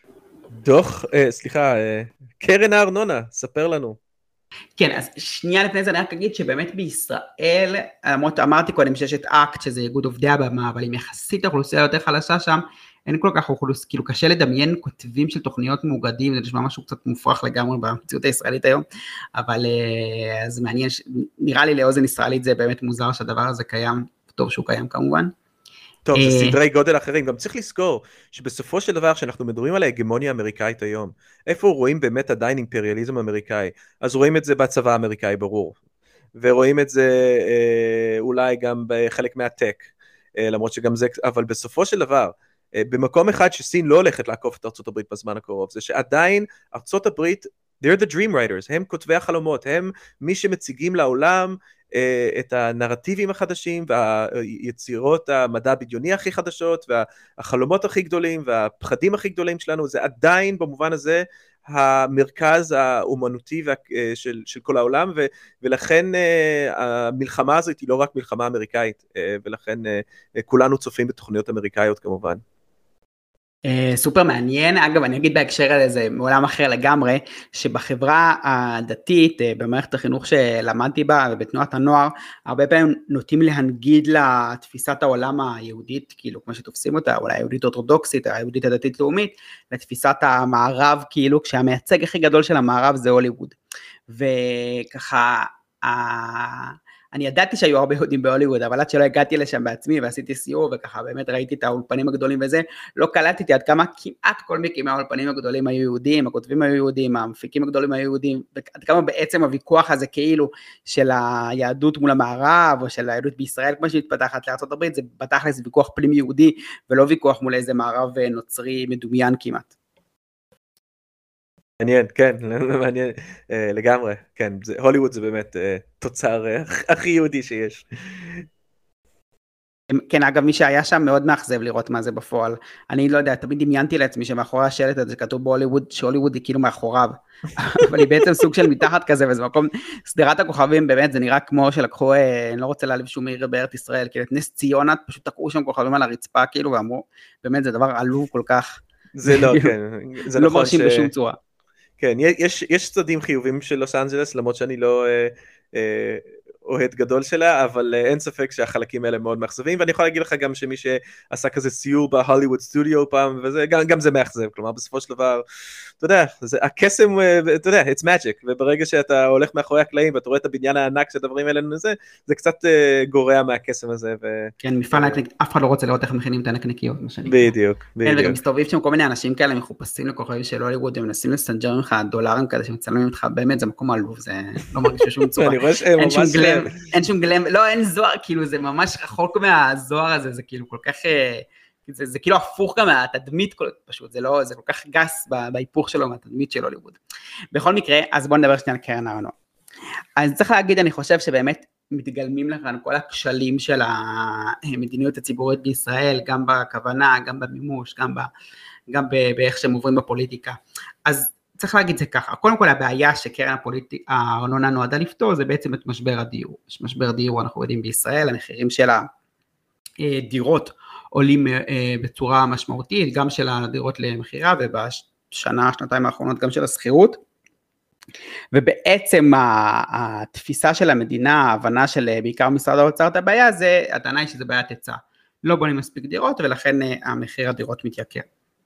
קרן הארנונה, ספר לנו. כן, אז שנייה לפני זה אני רק אגיד שבאמת בישראל, למרות אמרתי קודם שיש את אקט, שזה איגוד עובדי הבמה, אבל עם יחסית האוכלוסייה יותר חלשה שם, אין כל כך אוכלוסייה, כאילו קשה לדמיין כותבים של תוכניות מאוגדים, זה נשמע משהו קצת מופרך לגמרי במציאות הישראלית היום, אבל זה מעניין, נראה לי לאוזן ישראלית זה באמת מוזר שהדבר הזה קיים, טוב שהוא קיים כמובן. טוב, זה סדרי גודל אחרים, גם צריך לזכור שבסופו של דבר שאנחנו מדברים על ההגמוניה האמריקאית היום, איפה רואים באמת עדיין אימפריאליזם אמריקאי, אז רואים את זה בצבא האמריקאי ברור, ורואים את זה אולי גם בחלק מהטק, למרות שגם זה, אבל בסופו של דבר, במקום אחד שסין לא הולכת לעקוף את ארצות הברית בזמן הקרוב, זה שעדיין ארצות הברית, they're the dream writers, הם כותבי החלומות, הם מי שמציגים לעולם, את הנרטיבים החדשים והיצירות המדע הבדיוני הכי חדשות והחלומות הכי גדולים והפחדים הכי גדולים שלנו, זה עדיין במובן הזה המרכז האומנותי של כל העולם, ולכן המלחמה הזאת היא לא רק מלחמה אמריקאית, ולכן כולנו צופים בתוכניות אמריקאיות כמובן. סופר מעניין, אגב אני אגיד בהקשר הזה, זה מעולם אחר לגמרי, שבחברה הדתית, במערכת החינוך שלמדתי בה ובתנועת הנוער, הרבה פעמים נוטים להנגיד לתפיסת העולם היהודית, כאילו כמו שתופסים אותה, אולי היהודית אורתודוקסית, היהודית הדתית לאומית, לתפיסת המערב, כאילו כשהמייצג הכי גדול של המערב זה הוליווד, וככה, אני ידעתי שהיו הרבה יהודים בהוליווד, אבל עד שלא הגעתי לשם בעצמי ועשיתי סיור, וככה באמת ראיתי את האולפנים הגדולים וזה, לא קלטתי עד כמה כמעט כל מקימי האולפנים הגדולים היו יהודים, הכותבים היו יהודים, המפיקים הגדולים היו יהודים, ועד כמה בעצם הוויכוח הזה כאילו של היהדות מול המערב, או של היהדות בישראל כמו שהתפתחת לארצות הברית, זה בתכלס ויכוח פנים יהודי, ולא ויכוח מול איזה מערב נוצרי מדומיין כמעט. מעניין, כן, מעניין לגמרי, כן, הוליווד זה באמת תוצר הכי יהודי שיש. כן, אגב, מי שהיה שם מאוד מאכזב לראות מה זה בפועל. אני לא יודע, תמיד דמיינתי לעצמי שמאחורי השלט הזה כתוב בהוליווד, שהוליווד היא כאילו מאחוריו, אבל היא בעצם סוג של מתחת כזה, וזה מקום, סדרת הכוכבים באמת, זה נראה כמו שלקחו, אני לא רוצה להעליב שום עיר בארץ ישראל, כאילו את נס ציונה, פשוט תקעו שם כוכבים על הרצפה, כאילו, ואמרו, באמת זה דבר עלוב כל כך. זה לא, כן. זה לא מרשים בשום צורה. כן, יש צדדים חיובים של לוס אנג'לס, למרות שאני לא אוהד גדול שלה, אבל אין ספק שהחלקים האלה מאוד מאכזבים, ואני יכול להגיד לך גם שמי שעשה כזה סיור בהוליווד סטודיו פעם, וזה גם זה מאכזב, כלומר בסופו של דבר, אתה יודע, הקסם, אתה יודע, it's magic, וברגע שאתה הולך מאחורי הקלעים, ואתה רואה את הבניין הענק שהדברים האלה לזה, זה קצת גורע מהקסם הזה. כן, מפעל הנקניק, אף אחד לא רוצה לראות איך מכינים את הנקניקיות. בדיוק. וגם מסתובבים שם כל מיני אנשים כאלה מחופשים לכוכבים של הוליווד, הם מנסים לסנג'ר ממך דולרים כאלה שמצלמים איתך, באמת זה מקום עלוב, זה לא מרגיש שום צורה. אין שום גלם, לא, אין זוהר, כאילו זה ממש רחוק מהזוהר הזה, זה כאילו כל כך, זה כאילו הפוך גם מהתדמית, פשוט, זה כל כך גס בהיפוך שלו, מהתדמית של הוליווד. בכל מקרה, אז בואו נדבר שנייה על קרן הארנונה. אז צריך להגיד, אני חושב שבאמת מתגלמים לכאן כל הכשלים של המדיניות הציבורית בישראל, גם בכוונה, גם במימוש, גם באיך שהם עוברים בפוליטיקה. אז צריך להגיד זה ככה, קודם כל הבעיה שקרן הארנונה נועדה לפתור, זה בעצם את משבר הדיור. יש משבר דיור, אנחנו יודעים בישראל, המחירים של הדירות עולים בצורה משמעותית, גם של הדירות למחירה, שנתיים האחרונות גם של השכירות, ובעצם התפיסה של המדינה, ההבנה של בעיקר משרד האוצר את הבעיה, זה הטענה היא שזה בעיית היצע. לא בונים מספיק דירות, ולכן המחיר הדירות מתייקר.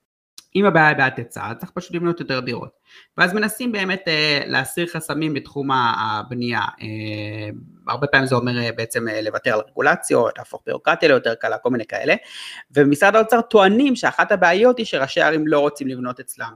אם הבעיה היא בעיית היצע, צריך פשוט לבנות יותר דירות. ואז מנסים באמת להסיר חסמים בתחום הבנייה. הרבה פעמים זה אומר בעצם לוותר על רגולציות, להפוך ביורוקרטיה ליותר קלה, כל מיני כאלה. ומשרד האוצר טוענים שאחת הבעיות היא שראשי הערים לא רוצים לבנות אצלם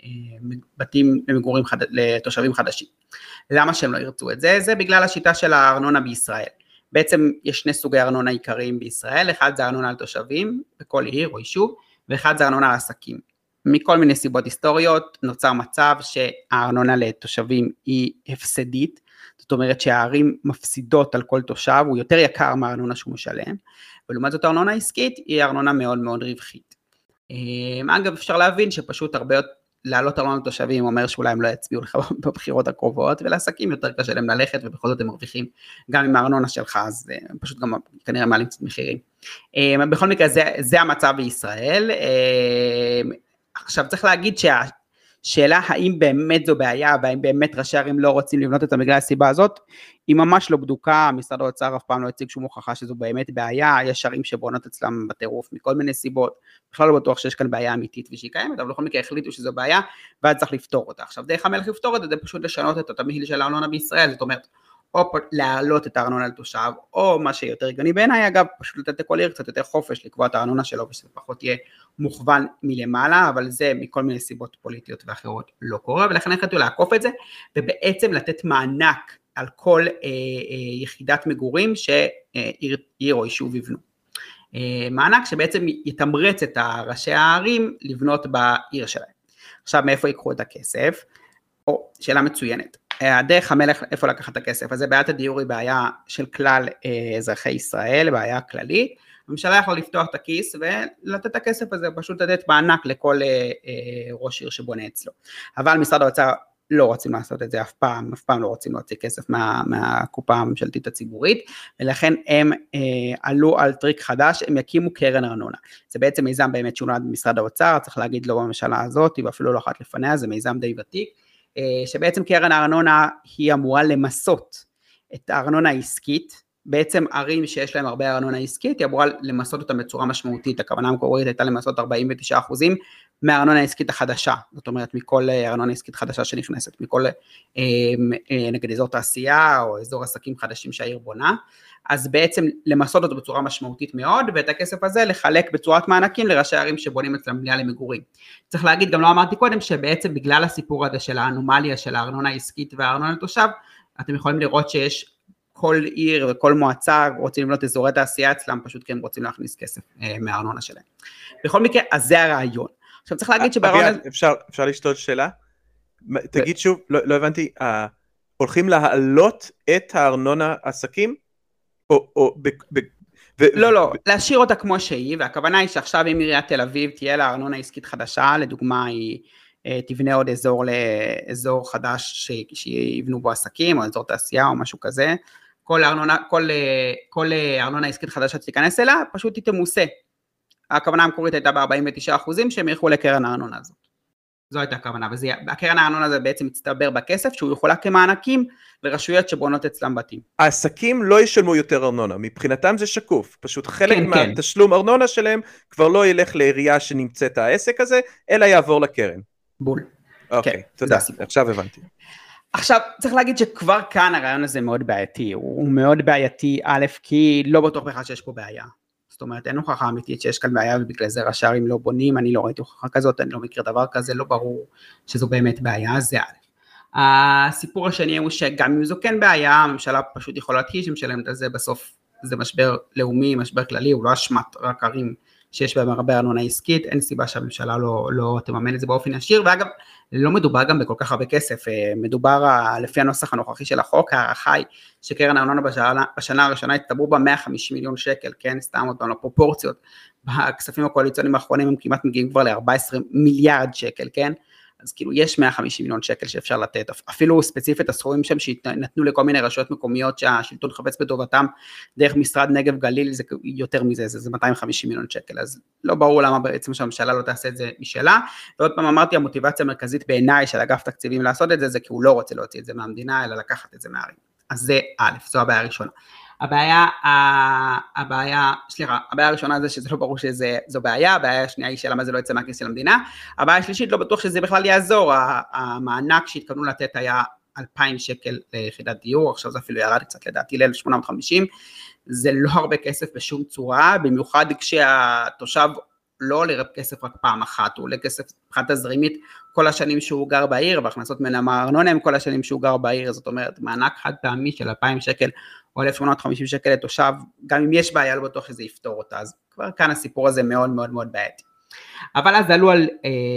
בתים למגורים לתושבים חדשים. למה שהם לא ירצו את זה? זה בגלל השיטה של הארנונה בישראל. בעצם יש שני סוגי ארנונה עיקריים בישראל, אחד זה ארנונה לתושבים בכל עיר או יישוב, ואחד זה ארנונה לעסקים. מכל מיני סיבות היסטוריות נוצר מצב שהארנונה לתושבים היא הפסדית, זאת אומרת שהערים מפסידות על כל תושב, הוא יותר יקר מהארנונה שהוא משלם, ולעומת זאת הארנונה העסקית היא ארנונה מאוד מאוד רווחית. אגב אפשר להבין שפשוט הרבה יותר, לעלות ארנונה לתושבים אומר שאולי הם לא יצביעו לך בבחירות הקרובות, ולעסקים יותר קשה להם ללכת, ובכל זאת הם מרוויחים גם עם הארנונה שלך, אז הם פשוט גם כנראה מעלים קצת מחירים. בכל מקרה זה המצב בישראל. עכשיו צריך להגיד שהשאלה האם באמת זו בעיה, והאם באמת ראשי ערים לא רוצים לבנות את זה בגלל הסיבה הזאת, היא ממש לא בדוקה, משרד האוצר אף פעם לא הציג שום הוכחה שזו באמת בעיה, יש ערים שבונות אצלם בטירוף מכל מיני סיבות, בכלל לא בטוח שיש כאן בעיה אמיתית ושהיא קיימת, אבל בכל מקרה החליטו שזו בעיה, ואז צריך לפתור אותה. עכשיו דרך המלך לפתור את זה, זה פשוט לשנות את התמהיל של הארנונה בישראל, זאת אומרת, או להעלות את הארנונה לתושב, או מה שיותר הגיוני בעיניי, אגב, פשוט לתת לכל עיר קצת יותר חופש לקבוע את הארנונה שלו, ושזה פחות יהיה מוכוון מלמעלה, אבל זה מכל מיני סיבות פוליטיות ואחרות לא קורה, ולכן החליטו לעקוף את זה, ובעצם לתת מענק על כל יחידת מגורים שעיר או יישוב יבנו. מענק שבעצם יתמרץ את ראשי הערים לבנות בעיר שלהם. עכשיו מאיפה יקחו את הכסף? שאלה מצוינת. הדרך המלך איפה לקחת את הכסף, אז זה בעיית הדיור היא בעיה של כלל אזרחי ישראל, בעיה כללית, הממשלה יכולה לפתוח את הכיס ולתת את הכסף הזה, פשוט לתת מענק לכל ראש עיר שבונה אצלו, אבל משרד האוצר לא רוצים לעשות את זה אף פעם לא רוצים להוציא כסף מהקופה הממשלתית הציבורית, ולכן הם עלו על טריק חדש, הם יקימו קרן ארנונה, זה בעצם מיזם באמת שנולד במשרד האוצר, צריך להגיד לו בממשלה הזאת, ואפילו לא אחת לפניה, זה מיזם די ותיק, שבעצם קרן הארנונה היא אמורה למסות את הארנונה העסקית, בעצם ערים שיש להם הרבה ארנונה עסקית, היא אמורה למסות אותה בצורה משמעותית, הכוונה המקורית הייתה למסות 49% מהארנונה העסקית החדשה, זאת אומרת מכל ארנונה עסקית חדשה שנכנסת, מכל נגד אזור תעשייה או אזור עסקים חדשים שהעיר בונה, אז בעצם למסות אותו בצורה משמעותית מאוד, ואת הכסף הזה לחלק בצורת מענקים לראשי ערים שבונים אצלם בנייה למגורים. צריך להגיד, גם לא אמרתי קודם, שבעצם בגלל הסיפור הזה של האנומליה של הארנונה העסקית והארנונה לתושב, אתם יכולים לראות שיש כל עיר וכל מועצה רוצים לבנות אזורי תעשייה אצלם, פשוט כי הם רוצים להכניס כסף מהארנונה שלהם. בכל מקרה, אז זה הרעיון. עכשיו צריך להגיד שבארנונה... אפשר לשאול שאלה? תגיד שוב, לא הבנתי, הולכים להעלות את הארנונה עסקים? לא, להשאיר אותה כמו שהיא, והכוונה היא שעכשיו אם עיריית תל אביב תהיה לה ארנונה עסקית חדשה, לדוגמה היא תבנה עוד אזור חדש שיבנו בו עסקים, או אזור תעשייה או משהו כזה, כל ארנונה עסקית חדשה שתיכנס אליה, פשוט היא תמוסה. הכוונה המקורית הייתה ב-49% שהם ילכו לקרן הארנונה הזאת. זו הייתה הכוונה, והקרן הארנונה הזה בעצם מצטבר בכסף, שהוא יכולה כמענקים לרשויות שבונות אצלם בתים. העסקים לא ישלמו יותר ארנונה, מבחינתם זה שקוף, פשוט חלק מהתשלום ארנונה שלהם, כבר לא ילך לעירייה שנמצאת העסק הזה, אלא יעבור לקרן. בול. אוקיי, תודה, עכשיו הבנתי. עכשיו, צריך להגיד שכבר כאן הרעיון הזה מאוד בעייתי, הוא מאוד בעייתי, א', כי לא בטוח בכלל שיש פה בעיה. זאת אומרת, אין הוכחה אמיתית שיש כאן בעיה, ובגלל זה ראשי ערים לא בונים, אני לא ראיתי הוכחה כזאת, אני לא מכיר דבר כזה, לא ברור שזו באמת בעיה, זה א'. הסיפור השני הוא שגם אם זו כן בעיה, הממשלה פשוט יכולה להתחיל שמשלמת על זה, בסוף זה משבר לאומי, משבר כללי, הוא לא אשמת רק ערים שיש בהם הרבה ארנונה עסקית, אין סיבה שהממשלה לא תממן את זה באופן ישיר, ואגב, לא מדובר גם בכל כך הרבה כסף, מדובר לפי הנוסח הנוכחי של החוק, הערכה היא שקרן הארנונה בשנה הראשונה הצטברו בה 150 מיליון שקל, כן, סתם עוד פעם לפרופורציות, בכספים הקואליציוניים האחרונים הם כמעט מגיעים כבר ל-14 מיליארד שקל, כן, אז כאילו יש 150 מיליון שקל שאפשר לתת, אפילו ספציפית הסכומים שם שנתנו לכל מיני רשויות מקומיות שהשלטון חפץ בטובתם, דרך משרד נגב גליל זה יותר מזה, זה 250 מיליון שקל, אז לא ברור למה בעצם שהממשלה לא תעשה את זה משלה, ועוד פעם אמרתי, המוטיבציה המרכזית בעיניי של אגף תקציבים לעשות את זה, זה כי הוא לא רוצה להוציא את זה מהמדינה, אלא לקחת את זה מהערים, אז זה א', זו הבעיה הראשונה. הבעיה הראשונה זה שזה לא ברור שזו בעיה, הבעיה השנייה היא שלמה זה לא יצא מהכיס של המדינה, הבעיה השלישית לא בטוח שזה בכלל יעזור, המענק שהתכוונו לתת היה 2,000 שקל ליחידת דיור, עכשיו זה אפילו ירד קצת לדעתי ל-1,850, זה לא הרבה כסף בשום צורה, במיוחד כשהתושב לא עולה כסף רק פעם אחת, הוא עולה כסף מבחינת תזרימית כל השנים שהוא גר בעיר, והכנסות מן הארנונה הם כל השנים שהוא גר בעיר, זאת אומרת, מענק חד פעמי של 2,000 שקל, או 1,850 שקל לתושב, גם אם יש בעיה, לא בטוח שזה יפתור אותה, אז כבר כאן הסיפור הזה מאוד מאוד מאוד בעייתי. אבל אז עלו על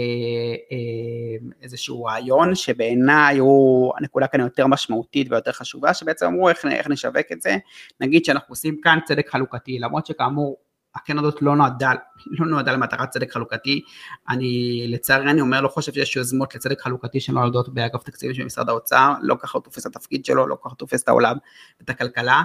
איזשהו רעיון, שבעיניי הוא הנקודה כאן יותר משמעותית ויותר חשובה, שבעצם אמרו איך נשווק את זה, נגיד שאנחנו עושים כאן צדק חלוקתי, למרות שכאמור, הקרן הזאת לא נועדה למטרת צדק חלוקתי, לצערי אני אומר, לא חושב שיש יוזמות לצדק חלוקתי שנולדות באגף תקציבים של משרד האוצר, לא ככה הוא תופס את התפקיד שלו, לא ככה הוא תופס את העולם ואת הכלכלה,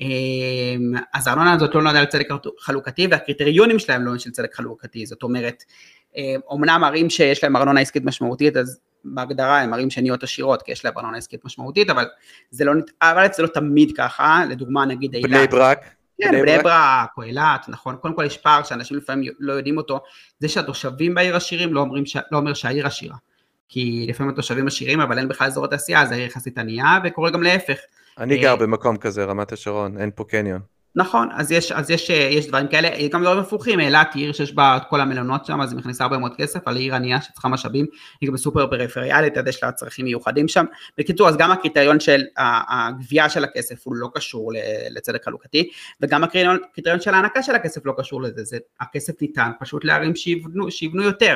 אז הארנונה הזאת לא נועדה לצדק חלוקתי, והקריטריונים שלהם לא של צדק חלוקתי, זאת אומרת, אומנם ערים שיש להם ארנונה עסקית משמעותית, אז בהגדרה הם ערים שנהיות עשירות, כי יש להם ארנונה עסקית משמעותית, אבל זה לא תמיד ככה, לדוגמה נגיד אילת. בני ברק. כן, בני ברק, או אילת, נכון, קודם כל יש פער שאנשים לפעמים לא יודעים אותו, זה שהתושבים בעיר עשירים לא אומר שהעיר עשירה, כי לפעמים התושבים עשירים, אבל אין בכלל אזור התעשייה, אז העיר יחסית ענייה, וקורה גם להפך. אני גר במקום כזה, רמת השרון, אין פה קניון. נכון, אז יש דברים כאלה, גם דברים הפוכים, אילת היא עיר שיש בה את כל המלונות שם, אז היא מכניסה הרבה מאוד כסף, אבל היא עיר ענייה שצריכה משאבים, היא גם בסופר פריפריאלית, יש לה צרכים מיוחדים שם, בקיצור, אז גם הקריטריון של הגבייה של הכסף הוא לא קשור לצדק חלוקתי, וגם הקריטריון של ההענקה של הכסף לא קשור לזה, הכסף ניתן פשוט לערים שיבנו יותר,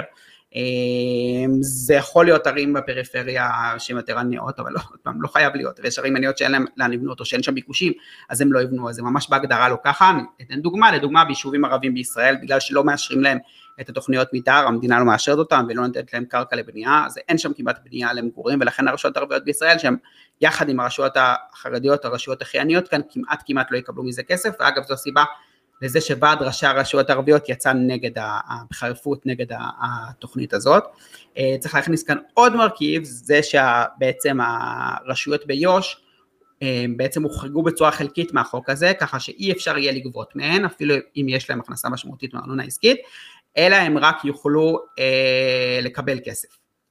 זה יכול להיות ערים בפריפריה שהן יותר עניות, אבל לא חייב להיות, ויש ערים עניות שאין להם לאן לבנות, או שאין שם ביקושים, אז הם לא יבנו, אז זה ממש בהגדרה לא ככה. אתן לדוגמה ביישובים ערבים בישראל, בגלל שלא מאשרים להם את התוכניות מתאר, המדינה לא מאשרת אותם, ולא נותנת להם קרקע לבנייה, אז אין שם כמעט בנייה למגורים, ולכן הרשויות הערביות בישראל, שהן יחד עם הרשויות החרדיות, הרשויות הכי עניות כאן, כמעט לא יקבלו מזה כסף, ואגב זו הסיבה לזה שוועד ראשי הרשויות הערביות יצא בחריפות נגד התוכנית הזאת. צריך להכניס כאן עוד מרכיב, זה שבעצם הרשויות ביו"ש בעצם הוחרגו בצורה חלקית מהחוק הזה, ככה שאי אפשר יהיה לגבות מהן, אפילו אם יש להם הכנסה משמעותית מארנונה עסקית, אלא הם רק יוכלו לקבל כסף.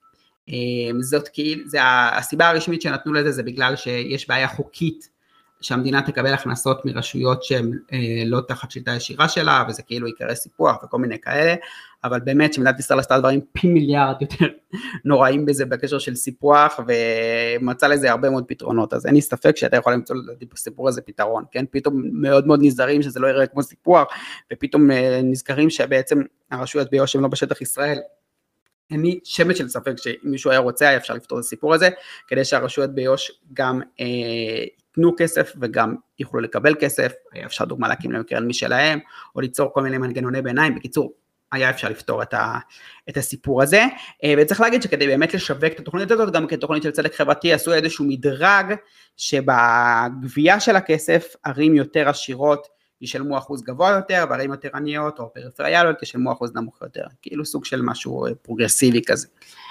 זה הסיבה הרשמית שנתנו לזה, זה בגלל שיש בעיה חוקית, שהמדינה תקבל הכנסות מרשויות שהן לא תחת שליטה ישירה שלה, וזה כאילו יקרה סיפוח וכל מיני כאלה, אבל באמת שמדינת ישראל עשתה דברים פי מיליארד יותר נוראים בזה בקשר של סיפוח, ומצא לזה הרבה מאוד פתרונות, אז אין לי ספק שאתה יכול למצוא לסיפור הזה פתרון, כן? פתאום מאוד מאוד נזהרים שזה לא יראה כמו סיפוח, ופתאום נזכרים שבעצם הרשויות ביו"ש הן לא בשטח ישראל, אין לי שמץ של ספק שאם מישהו היה רוצה, היה אפשר לפתור את הסיפור הזה, כדי שהרשויות ביו"ש גם יתנו כסף וגם יוכלו לקבל כסף, היה אפשר דוגמה להקים להם קרן משלהם, או ליצור כל מיני מנגנוני ביניים, בקיצור, היה אפשר לפתור את הסיפור הזה, וצריך להגיד שכדי באמת לשווק את התוכנית הזאת, גם כתוכנית של צדק חברתי, עשו איזשהו מדרג, שבגבייה של הכסף, ערים יותר עשירות, ישלמו אחוז גבוה יותר, וערים יותר עניות, או פריפריאליות, ישלמו אחוז נמוך יותר, כאילו סוג של משהו פרוגרסיבי כזה.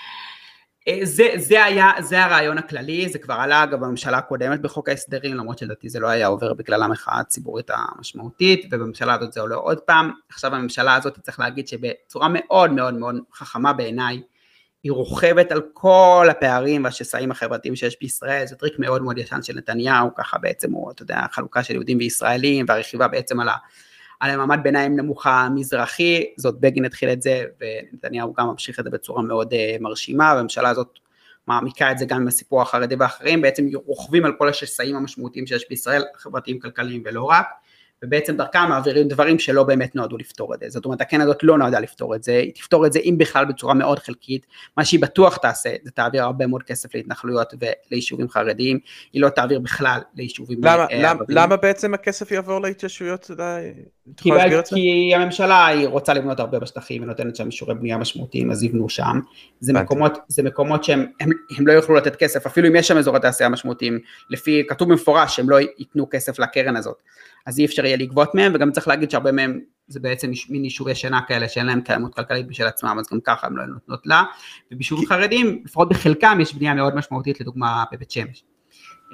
זה הרעיון הכללי, זה כבר עלה אגב בממשלה הקודמת בחוק ההסדרים, למרות שלדעתי זה לא היה עובר בגלל המחאה הציבורית המשמעותית, ובממשלה הזאת זה עולה עוד פעם, עכשיו הממשלה הזאת צריך להגיד שבצורה מאוד מאוד מאוד חכמה בעיניי, היא רוכבת על כל הפערים והשסעים החברתיים שיש בישראל, זה טריק מאוד מאוד ישן של נתניהו, ככה בעצם הוא, אתה יודע, החלוקה של יהודים וישראלים, והרכיבה בעצם על המעמד ביניים נמוכה מזרחי, זאת בגין התחיל את זה, ונתניהו גם ממשיך את זה בצורה מאוד מרשימה, והממשלה הזאת מעמיקה את זה גם עם הסיפור החרדי ואחרים, בעצם רוכבים על כל השסעים המשמעותיים שיש בישראל, חברתיים, כלכליים ולא רק, ובעצם דרכם מעבירים דברים שלא באמת נועדו לפתור את זה, זאת אומרת, הקרן הזאת לא נועדה לפתור את זה, היא תפתור את זה אם בכלל בצורה מאוד חלקית, מה שהיא בטוח תעשה, זה תעביר הרבה מאוד כסף להתנחלויות וליישובים חרדיים, היא לא תעביר בכלל ליישובים ערביים. למה בעצם הכסף יעבור להתיישבויות? כי הממשלה היא רוצה לבנות הרבה בשטחים, ונותנת שם אישורי בנייה משמעותיים, אז יבנו שם, זה מקומות שהם לא יוכלו לתת כסף, אפילו אם יש שם אזורי תעשייה משמעותיים, לפי כתוב במפורש שהם לא ייתנו כסף לקרן הזאת, אז אי אפשר יהיה לגבות מהם, וגם צריך להגיד שהרבה מהם זה בעצם מין אישורי שינה כאלה, שאין להם קיימות כלכלית בשביל עצמם, אז גם ככה הם לא נותנות לה, וביישובים חרדים, לפחות בחלקם יש בנייה מאוד משמעותית, לדוגמה בבית שמש.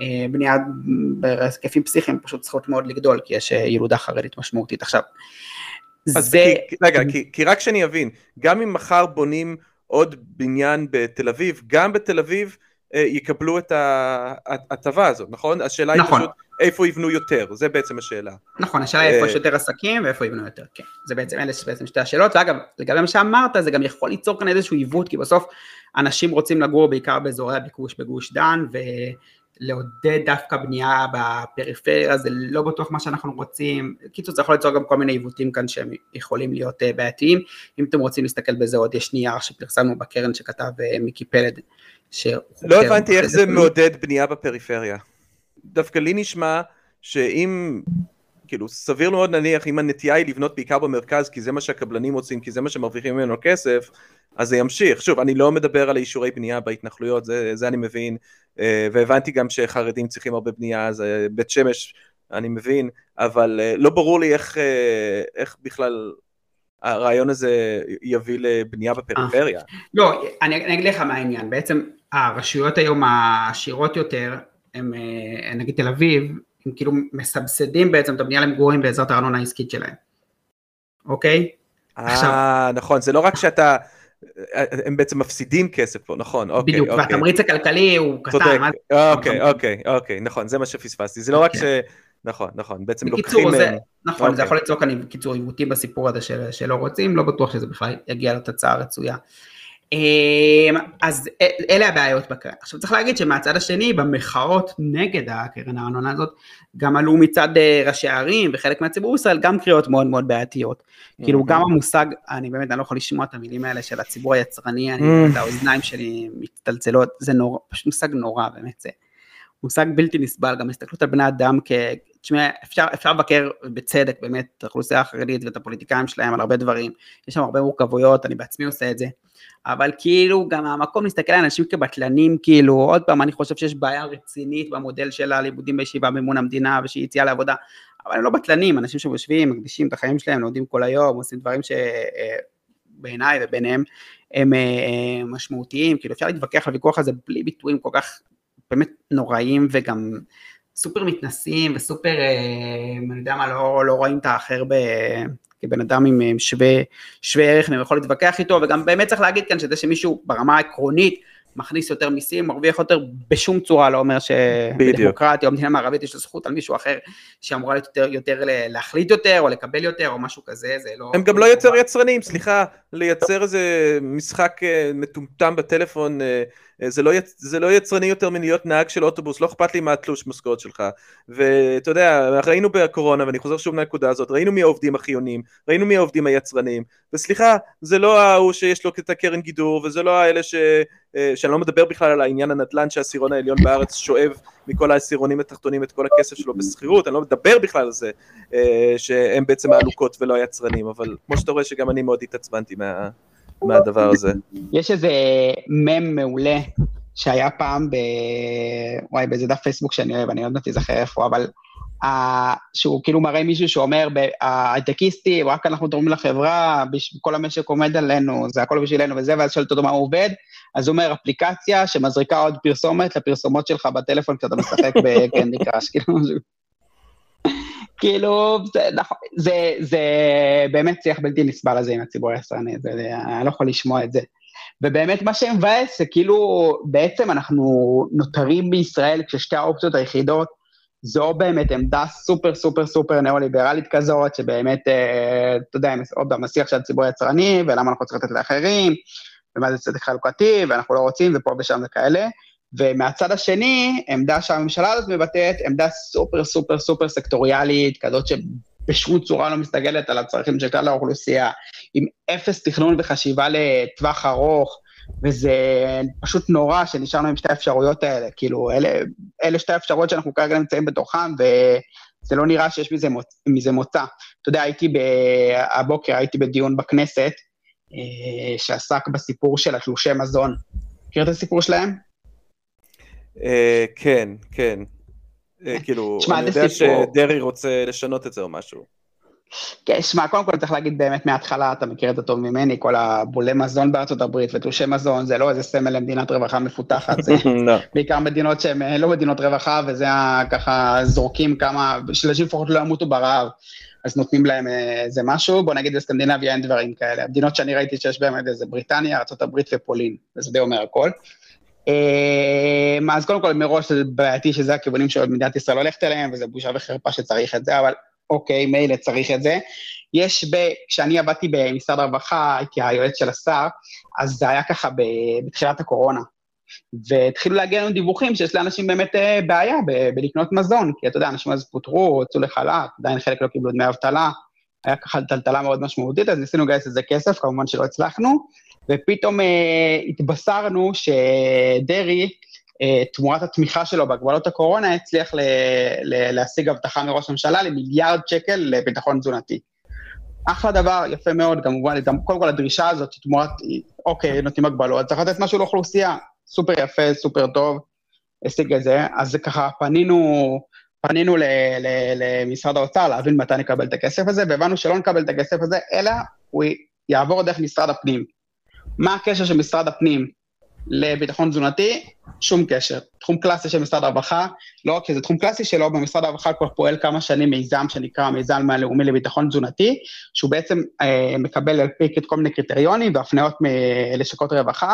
בנייה בהיקפים פסיכיים פשוט צריכות מאוד לגדול, כי יש ילודה חרדית משמעותית. עכשיו, רגע, כי רק שאני אבין, גם אם מחר בונים עוד בניין בתל אביב, גם בתל אביב יקבלו את ההטבה הזאת, נכון? השאלה היא פשוט איפה יבנו יותר, זה בעצם השאלה. נכון, השאלה היא איפה יש יותר עסקים ואיפה יבנו יותר, כן. זה בעצם אלה בעצם שתי השאלות, ואגב, לגבי מה שאמרת, זה גם יכול ליצור כאן איזשהו עיוות, כי בסוף אנשים רוצים לגור בעיקר באזורי הביקוש בגוש דן, ולעודד דווקא בנייה בפריפריה, זה לא בטוח מה שאנחנו רוצים, קיצור זה יכול ליצור גם כל מיני עיוותים כאן שהם יכולים להיות בעייתיים, אם אתם רוצים להסתכל בזה עוד יש נייר שפרסמנו בקרן שכתב מיקי פלד, לא הבנתי איך זה מעודד בנייה בפריפריה. דווקא לי נשמע שאם, כאילו, סביר מאוד נניח, אם הנטייה היא לבנות בעיקר במרכז, כי זה מה שהקבלנים רוצים, כי זה מה שמרוויחים ממנו כסף, אז זה ימשיך. שוב, אני לא מדבר על אישורי בנייה בהתנחלויות, זה אני מבין, והבנתי גם שחרדים צריכים הרבה בנייה, אז בית שמש אני מבין, אבל לא ברור לי איך בכלל הרעיון הזה יביא לבנייה בפריפריה. לא, אני אגיד לך מה העניין, בעצם הרשויות היום העשירות יותר, הם, נגיד תל אביב, הם כאילו מסבסדים בעצם את הבנייה למגורים בעזרת הארנונה העסקית שלהם. אוקיי? נכון, זה לא רק שאתה, הם בעצם מפסידים כסף פה, נכון, אוקיי. בדיוק, והתמריץ הכלכלי הוא קטן. אוקיי, נכון, זה מה שפספסתי, זה לא רק ש... נכון, בעצם לוקחים... נכון, זה יכול ליצור כאן קיצור עיוותים בסיפור הזה שלא רוצים, לא בטוח שזה בכלל יגיע לתוצאה הרצויה. אז אלה הבעיות בקרן. עכשיו צריך להגיד שמהצד השני, במחאות נגד הקרן הארנונה הזאת, גם עלו מצד ראשי הערים וחלק מהציבור בישראל, גם קריאות מאוד מאוד בעייתיות. כאילו גם המושג, אני באמת, אני לא יכול לשמוע את המילים האלה של הציבור היצרני, את האוזניים שלי מצטלצלות, זה נורא, פשוט מושג נורא, באמת זה. מושג בלתי נסבל, גם הסתכלות על בני אדם, תשמע, אפשר לבקר בצדק באמת את האוכלוסייה החרדית ואת הפוליטיקאים שלהם על הרבה דברים, יש שם הרבה מורכבויות, אני בעצמי עושה את זה, אבל כאילו גם המקום להסתכל על אנשים כבטלנים, כאילו עוד פעם אני חושב שיש בעיה רצינית במודל של הלימודים בישיבה במימון המדינה ושהיא יציאה לעבודה, אבל הם לא בטלנים, אנשים שיושבים, מקדישים את החיים שלהם, לומדים כל היום, עושים דברים שבעיניי וביניהם הם משמעותיים, כאילו אפשר להתווכח על הוויכוח הזה בלי ביטויים כל כך באמת נוראים וגם סופר מתנסים וסופר, אני יודע מה, לא רואים את האחר כבן אדם עם שווה ערך, אני יכול להתווכח איתו, וגם באמת צריך להגיד כאן שזה שמישהו ברמה העקרונית מכניס יותר מיסים, מרוויח יותר בשום צורה, לא אומר שבדמוקרטיה או מדינה מערבית יש לו זכות על מישהו אחר שאמורה יותר להחליט יותר או לקבל יותר או משהו כזה, זה לא... הם גם לא יותר יצרנים, סליחה, לייצר איזה משחק מטומטם בטלפון, זה לא יצרני יותר מלהיות נהג של אוטובוס, לא אכפת לי מה התלוש משכורת שלך, ואתה יודע, ראינו בקורונה, ואני חוזר שוב לנקודה הזאת, ראינו מי העובדים החיוניים, ראינו מי העובדים היצרנים, וסליחה, זה לא ההוא שיש לו את הקרן גידור, וזה לא האלה שאני לא מדבר בכלל על העניין הנדל"ן שהעשירון העליון בארץ שואב מכל העשירונים התחתונים את כל הכסף שלו בסחירות, אני לא מדבר בכלל על זה, שהם בעצם העלוקות ולא היצרנים, אבל כמו שאתה רואה שגם אני מאוד התעצבנתי מהדבר הזה. יש איזה מם מעולה שהיה פעם באיזה דף פייסבוק שאני אוהב, אני עוד מעט אזכר איפה, אבל שהוא כאילו מראה מישהו שאומר, ההייטקיסטים, רק אנחנו תורמים לחברה, כל המשק עומד עלינו, זה הכל בשבילנו וזה, ואז שואל אותו מה הוא עובד, אז הוא אומר, אפליקציה שמזריקה עוד פרסומת לפרסומות שלך בטלפון, כשאתה משחק בקנדי קראש, כאילו, זה באמת שיח בלתי נסבל הזה עם הציבור הישראלי, אני לא יכול לשמוע את זה. ובאמת מה שמבאס זה כאילו, בעצם אנחנו נותרים בישראל כששתי האופציות היחידות, זו באמת עמדה סופר סופר סופר נאו-ליברלית כזאת, שבאמת, אתה יודע, עוד פעם, השיח של הציבור היצרני, ולמה אנחנו צריכים לתת לאחרים, ומה זה צדק חלוקתי, ואנחנו לא רוצים, ופה ושם וכאלה, ומהצד השני, עמדה שהממשלה הזאת מבטאת, עמדה סופר סופר סופר סקטוריאלית, כזאת שבשום צורה לא מסתגלת על הצרכים של כלל האוכלוסייה, עם אפס תכנון וחשיבה לטווח ארוך, וזה פשוט נורא שנשארנו עם שתי האפשרויות האלה, כאילו, אלה שתי האפשרויות שאנחנו כרגע נמצאים בתוכם, וזה לא נראה שיש מזה מוצא. אתה יודע, הבוקר הייתי בדיון בכנסת, שעסק בסיפור של התלושי מזון. מכיר את הסיפור שלהם? כן. כאילו, אני יודע שדרי רוצה לשנות את זה או משהו. כן, שמע, קודם כל צריך להגיד באמת מההתחלה, אתה מכיר את זה טוב ממני, כל הבולי מזון בארצות הברית ותלושי מזון, זה לא איזה סמל למדינת רווחה מפותחת, זה לא. בעיקר מדינות שהן לא מדינות רווחה, וזה ככה זורקים כמה, שאנשים לפחות לא ימותו ברעב, אז נותנים להם איזה משהו, בוא נגיד בסקנדינביה אין דברים כאלה, המדינות שאני ראיתי שיש באמת זה בריטניה, ארצות הברית ופולין, וזה די אומר הכל. אז קודם כל מראש זה בעייתי שזה הכיוונים שמדינת ישראל הולכת אליהם, וזה בושה וחרפה שצריך את זה, אבל אוקיי, מילא צריך את זה. כשאני עבדתי במשרד הרווחה, הייתי היועץ של השר, אז זה היה ככה בתחילת הקורונה, והתחילו להגיע לנו דיווחים שיש לאנשים באמת בעיה בלקנות מזון, כי אתה יודע, אנשים אז פוטרו, הוצאו לחל"ת, עדיין חלק לא קיבלו דמי אבטלה, היה ככה טלטלה מאוד משמעותית, אז ניסינו לגייס את זה כסף, כמובן שלא הצלחנו, ופתאום התבשרנו שדרי, תמורת התמיכה שלו בהגבלות הקורונה, הצליח להשיג הבטחה מראש הממשלה ל1 שקל לביטחון תזונתי. אחלה דבר, יפה מאוד, כמובן, קודם כל הדרישה הזאת, תמורת, אוקיי, נותנים הגבלות, צריך לתת משהו לאוכלוסייה, סופר יפה, סופר טוב, השיג את זה, אז ככה פנינו למשרד האוצר להבין מתי נקבל את הכסף הזה, והבנו שלא נקבל את הכסף הזה, אלא הוא יעבור דרך משרד הפנים. מה הקשר של משרד הפנים לביטחון תזונתי? שום קשר. תחום קלאסי של משרד הרווחה, לא רק שזה תחום קלאסי שלו, במשרד הרווחה כבר פועל כמה שנים מיזם שנקרא מיזם הלאומי לביטחון תזונתי, שהוא בעצם מקבל על פי כל מיני קריטריונים והפניות מלשכות רווחה,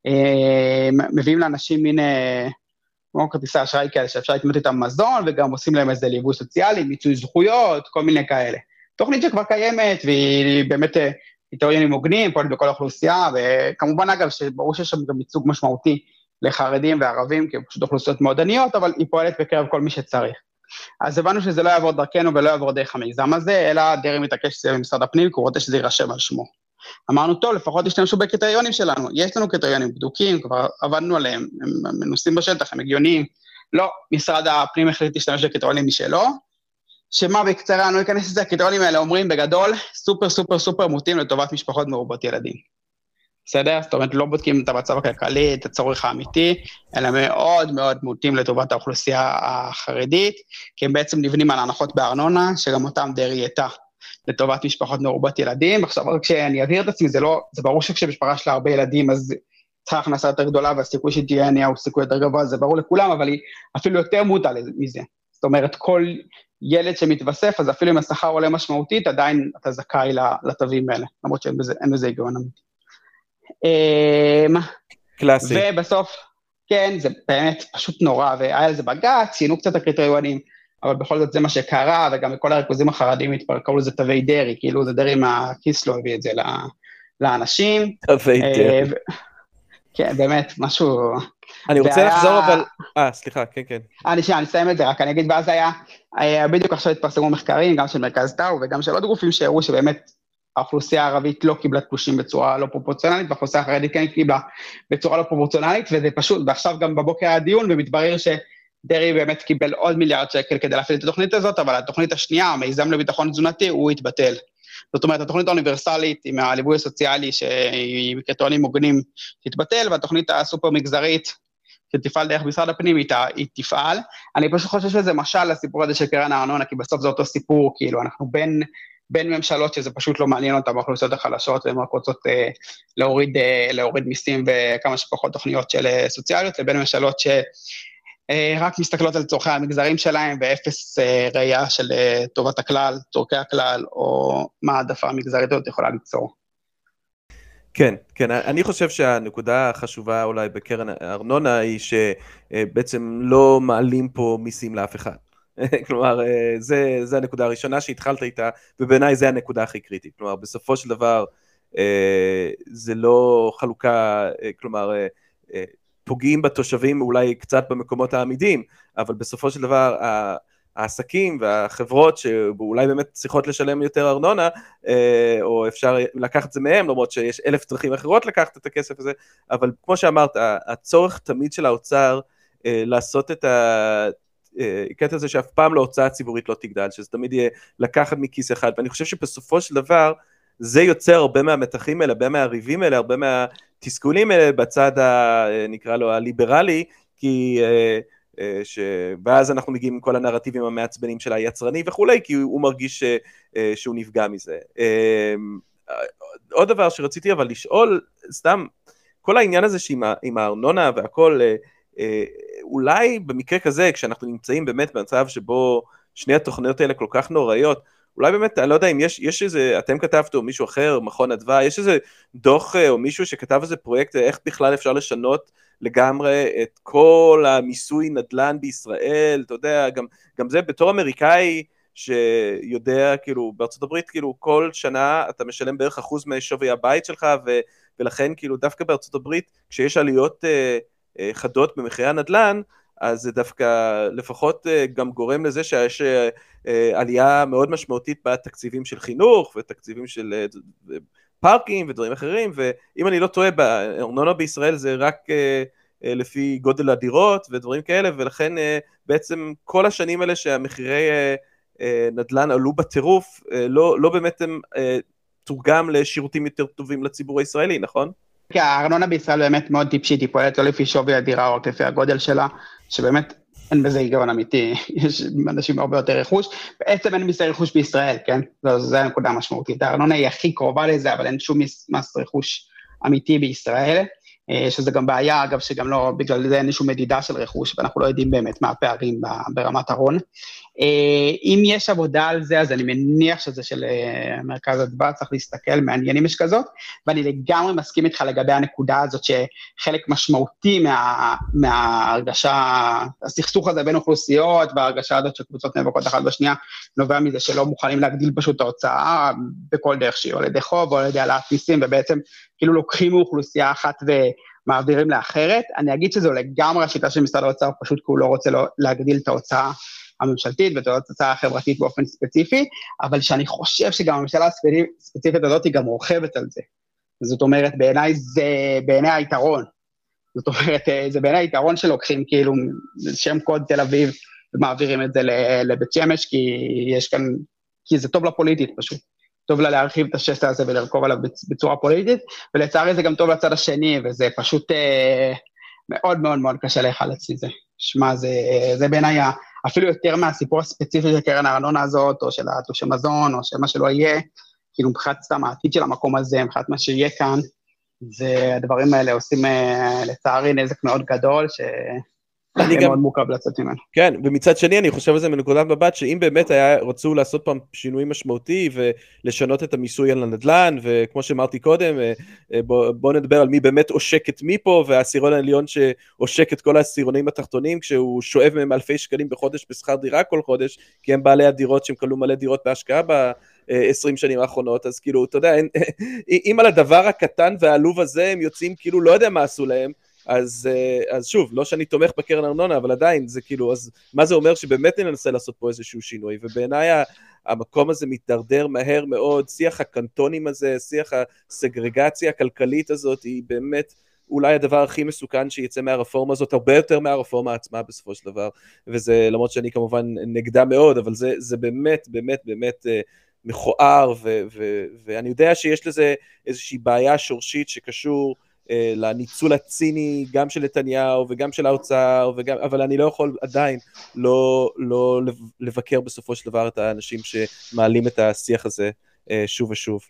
מביאים לאנשים מין כמו כרטיסי אשראי כאלה שאפשר לקנות איתם מזון, וגם עושים להם איזה ליווי סוציאלי, מיצוי זכויות, כל מיני כאלה. תוכנית שכבר קיימת, והיא באמת קריטריונים הוגנים, פועלת בכל האוכלוסייה, וכמובן אגב, שברור שיש שם גם ייצוג משמעותי לחרדים וערבים, כי פשוט אוכלוסיות מאוד עניות, אבל היא פועלת בקרב כל מי שצריך. אז הבנו שזה לא יעבור דרכנו ולא יעבור דרך המיזם הזה, אלא דרעי מתעקש שזה במשרד הפנים, כי הוא רוצה שזה יירשם על שמו. אמרנו, טוב, לפחות השתמשו בקריטריונים שלנו, יש לנו קריטריונים בדוקים, כבר עבדנו עליהם, הם מנוסים בשטח, הם הגיוניים. לא, משרד הפנים החליט להשתמש בקריטריונים משלו, שמה בקצרה, אני לא אכנס לזה, הקריטריונים האלה אומרים בגדול, סופר סופר סופר מוטים לטובת משפחות מרובות ילדים. בסדר? זאת אומרת, לא בודקים את המצב הכלכלי, את הצורך האמיתי, אלא מאוד מאוד מוטים לטובת האוכלוסייה החרדית, כי הם בעצם נבנים על הנחות בארנונה, שגם אותם דרעי הייתה לטובת משפחות מרובות ילדים. עכשיו, רק כשאני אבהיר את עצמי, זה ברור שכשמשפחה שלה הרבה ילדים, אז צריכה הכנסה יותר גדולה, והסיכוי שתהיה ענייה הוא סיכוי יותר גבוה, זה ברור לכולם, אבל היא אפילו יותר מוטה מזה. זאת אומרת, כל ילד שמתווסף, אז אפילו אם השכר עולה משמעותית, עדיין אתה זכאי לתווים האלה, למרות שאין בזה היגיון אמיתי. קלאסי. ובסוף, כן, זה באמת פשוט נורא, והיה לזה בג"ץ, ציינו קצת הקריטריונים, אבל בכל זאת זה מה שקרה, וגם בכל הריכוזים החרדים התפרקו לזה תווי דרי, כאילו זה דרי מהכיס לא הביא את זה לאנשים. תווי דרי. כן, באמת, משהו... אני רוצה לחזור אבל... סליחה, כן, כן. אני אסיים את זה, רק אני אגיד, ואז היה בדיוק עכשיו התפרסמו מחקרים, גם של מרכז טאו, וגם של עוד גופים שהראו שבאמת האוכלוסייה הערבית לא קיבלה תלושים בצורה לא פרופורציונלית, והאוכלוסייה החרדית כן קיבלה בצורה לא פרופורציונלית, וזה פשוט, ועכשיו גם בבוקר היה דיון, ומתברר שדרעי באמת קיבל עוד מיליארד שקל כדי להפעיל את התוכנית הזאת, אבל התוכנית השנייה, המיזם לביטחון תזונתי, הוא התבטל. זאת אומרת, התוכנית האוניברסלית עם הליווי הסוציאלי שהיא בקריטריונים מוגנים תתבטל, והתוכנית הסופר מגזרית שתפעל דרך משרד הפנים היא תפעל. אני פשוט חושב שזה משל לסיפור הזה של קרן הארנונה, כי בסוף זה אותו סיפור, כאילו אנחנו בין ממשלות שזה פשוט לא מעניין אותם באוכלוסיות החלשות, והן רק רוצות להוריד מיסים וכמה שפחות תוכניות של סוציאליות, לבין ממשלות שרק מסתכלות על צורכי המגזרים שלהם, ואפס ראייה של טובת הכלל, צורכי הכלל, או מה העדפה המגזרית הזאת יכולה ליצור. כן, כן, אני חושב שהנקודה החשובה אולי בקרן הארנונה היא שבעצם לא מעלים פה מיסים לאף אחד. כלומר, זה הנקודה הראשונה שהתחלת איתה, ובעיניי זה הנקודה הכי קריטית. כלומר, בסופו של דבר, זה לא חלוקה, כלומר, פוגעים בתושבים אולי קצת במקומות העמידים, אבל בסופו של דבר, העסקים והחברות שאולי באמת צריכות לשלם יותר ארנונה, או אפשר לקחת את זה מהם, למרות שיש 1,000 דרכים אחרות לקחת את הכסף הזה, אבל כמו שאמרת, הצורך תמיד של האוצר לעשות את הקטע הזה שאף פעם להוצאה הציבורית לא תגדל, שזה תמיד יהיה לקחת מכיס אחד, ואני חושב שבסופו של דבר, זה יוצר הרבה מהמתחים האלה, הרבה מהריבים האלה, הרבה מהתסכולים האלה, בצד נקרא לו הליברלי, כי ואז אנחנו מגיעים עם כל הנרטיבים המעצבנים של היצרני וכולי, כי הוא מרגיש שהוא נפגע מזה. עוד דבר שרציתי אבל לשאול, סתם, כל העניין הזה עם הארנונה והכל, אולי במקרה כזה, כשאנחנו נמצאים באמת במצב שבו שני התוכניות האלה כל כך נוראיות, אולי באמת, אני לא יודע אם יש איזה, אתם כתבתם או מישהו אחר, מכון אדווה, יש איזה דוח או מישהו שכתב איזה פרויקט, איך בכלל אפשר לשנות לגמרי את כל המיסוי נדל"ן בישראל, אתה יודע, גם זה בתור אמריקאי שיודע, כאילו, בארצות הברית, כאילו, כל שנה אתה משלם בערך 1% משווי הבית שלך, ולכן, כאילו, דווקא בארצות הברית, כשיש עליות חדות במחירי הנדל"ן, אז זה דווקא לפחות גם גורם לזה שיש עלייה מאוד משמעותית בתקציבים של חינוך, ותקציבים של פארקים ודברים אחרים, ואם אני לא טועה, בארנונה בישראל זה רק לפי גודל הדירות ודברים כאלה, ולכן בעצם כל השנים האלה שהמחירי נדל"ן עלו בטירוף, לא באמת הם תורגם לשירותים יותר טובים לציבור הישראלי, נכון? כי הארנונה בישראל באמת מאוד טיפשית, היא פועלת לא לפי שווי הדירה או לפי הגודל שלה, שבאמת אין בזה היגיון אמיתי, יש אנשים הרבה יותר רכוש, בעצם אין מיסי רכוש בישראל, כן? זו הנקודה המשמעותית, הארנונה היא הכי קרובה לזה, אבל אין שום מס רכוש אמיתי בישראל, שזה גם בעיה, אגב, שגם לא, בגלל זה אין איזושהי מדידה של רכוש, ואנחנו לא יודעים באמת מה הפערים ברמת ההון. אם יש עבודה על זה, אז אני מניח שזה של מרכז אדווה, צריך להסתכל, מעניינים יש כזאת, ואני לגמרי מסכים איתך לגבי הנקודה הזאת, שחלק משמעותי מההרגשה, הסכסוך הזה בין אוכלוסיות, וההרגשה הזאת שקבוצות נאבקות אחת בשנייה, נובע מזה שלא מוכנים להגדיל פשוט את ההוצאה, בכל דרך שהיא, או על ידי חוב, או על ידי העלאת מיסים, ובעצם כאילו לוקחים מאוכלוסייה אחת ומעבירים לאחרת. אני אגיד שזו לגמרי השיטה של משרד האוצר, פשוט כי הוא לא רוצה להגדיל את ההוצאה הממשלתית ואת ההוצאה החברתית באופן ספציפי, אבל שאני חושב שגם הממשלה הספציפית הזאת היא גם מורחבת על זה. זאת אומרת, בעיניי זה בעיניי היתרון. זאת אומרת, זה בעיניי היתרון שלוקחים כאילו שם קוד תל אביב ומעבירים את זה לבית שמש, כי זה טוב לפוליטית פשוט. טוב לה להרחיב את השסע הזה ולרכוב עליו בצורה פוליטית, ולצערי זה גם טוב לצד השני, וזה פשוט מאוד מאוד מאוד קשה להיחלץ מזה. שמה, זה בעיניי אפילו יותר מהסיפור הספציפי של קרן הארנונה הזאת, או של התלושי מזון, או של מה שלא יהיה, כאילו מבחינת סתם העתיד של המקום הזה, מבחינת מה שיהיה כאן, והדברים האלה עושים לצערי נזק מאוד גדול, אני גם מאוד מורכב לצאת ממנו. כן, ומצד שני אני חושב על זה מנקודת מבט, שאם באמת רצו לעשות פעם שינוי משמעותי, ולשנות את המיסוי על הנדל"ן, וכמו שאמרתי קודם, בוא נדבר על מי באמת עושק את מי פה, והעשירון העליון שעושק את כל העשירונים התחתונים, כשהוא שואב מהם אלפי שקלים בחודש בשכר דירה כל חודש, כי הם בעלי הדירות שהם קלו מלא דירות בהשקעה ב-20 שנים האחרונות, אז כאילו, אתה יודע, אם על הדבר הקטן והעלוב הזה הם יוצאים, כאילו לא יודע מה עשו להם, אז שוב, לא שאני תומך בקרן ארנונה, אבל עדיין זה כאילו, אז מה זה אומר שבאמת ננסה לעשות פה איזשהו שינוי, ובעיניי המקום הזה מתדרדר מהר מאוד, שיח הקנטונים הזה, שיח הסגרגציה הכלכלית הזאת, היא באמת אולי הדבר הכי מסוכן שיצא מהרפורמה הזאת, הרבה יותר מהרפורמה עצמה בסופו של דבר, וזה למרות שאני כמובן נגדה מאוד, אבל זה באמת, באמת, באמת מכוער, ואני יודע שיש לזה איזושהי בעיה שורשית שקשור, לניצול הציני גם של נתניהו וגם של האוצר, אבל אני לא יכול עדיין לא לבקר בסופו של דבר את האנשים שמעלים את השיח הזה שוב ושוב.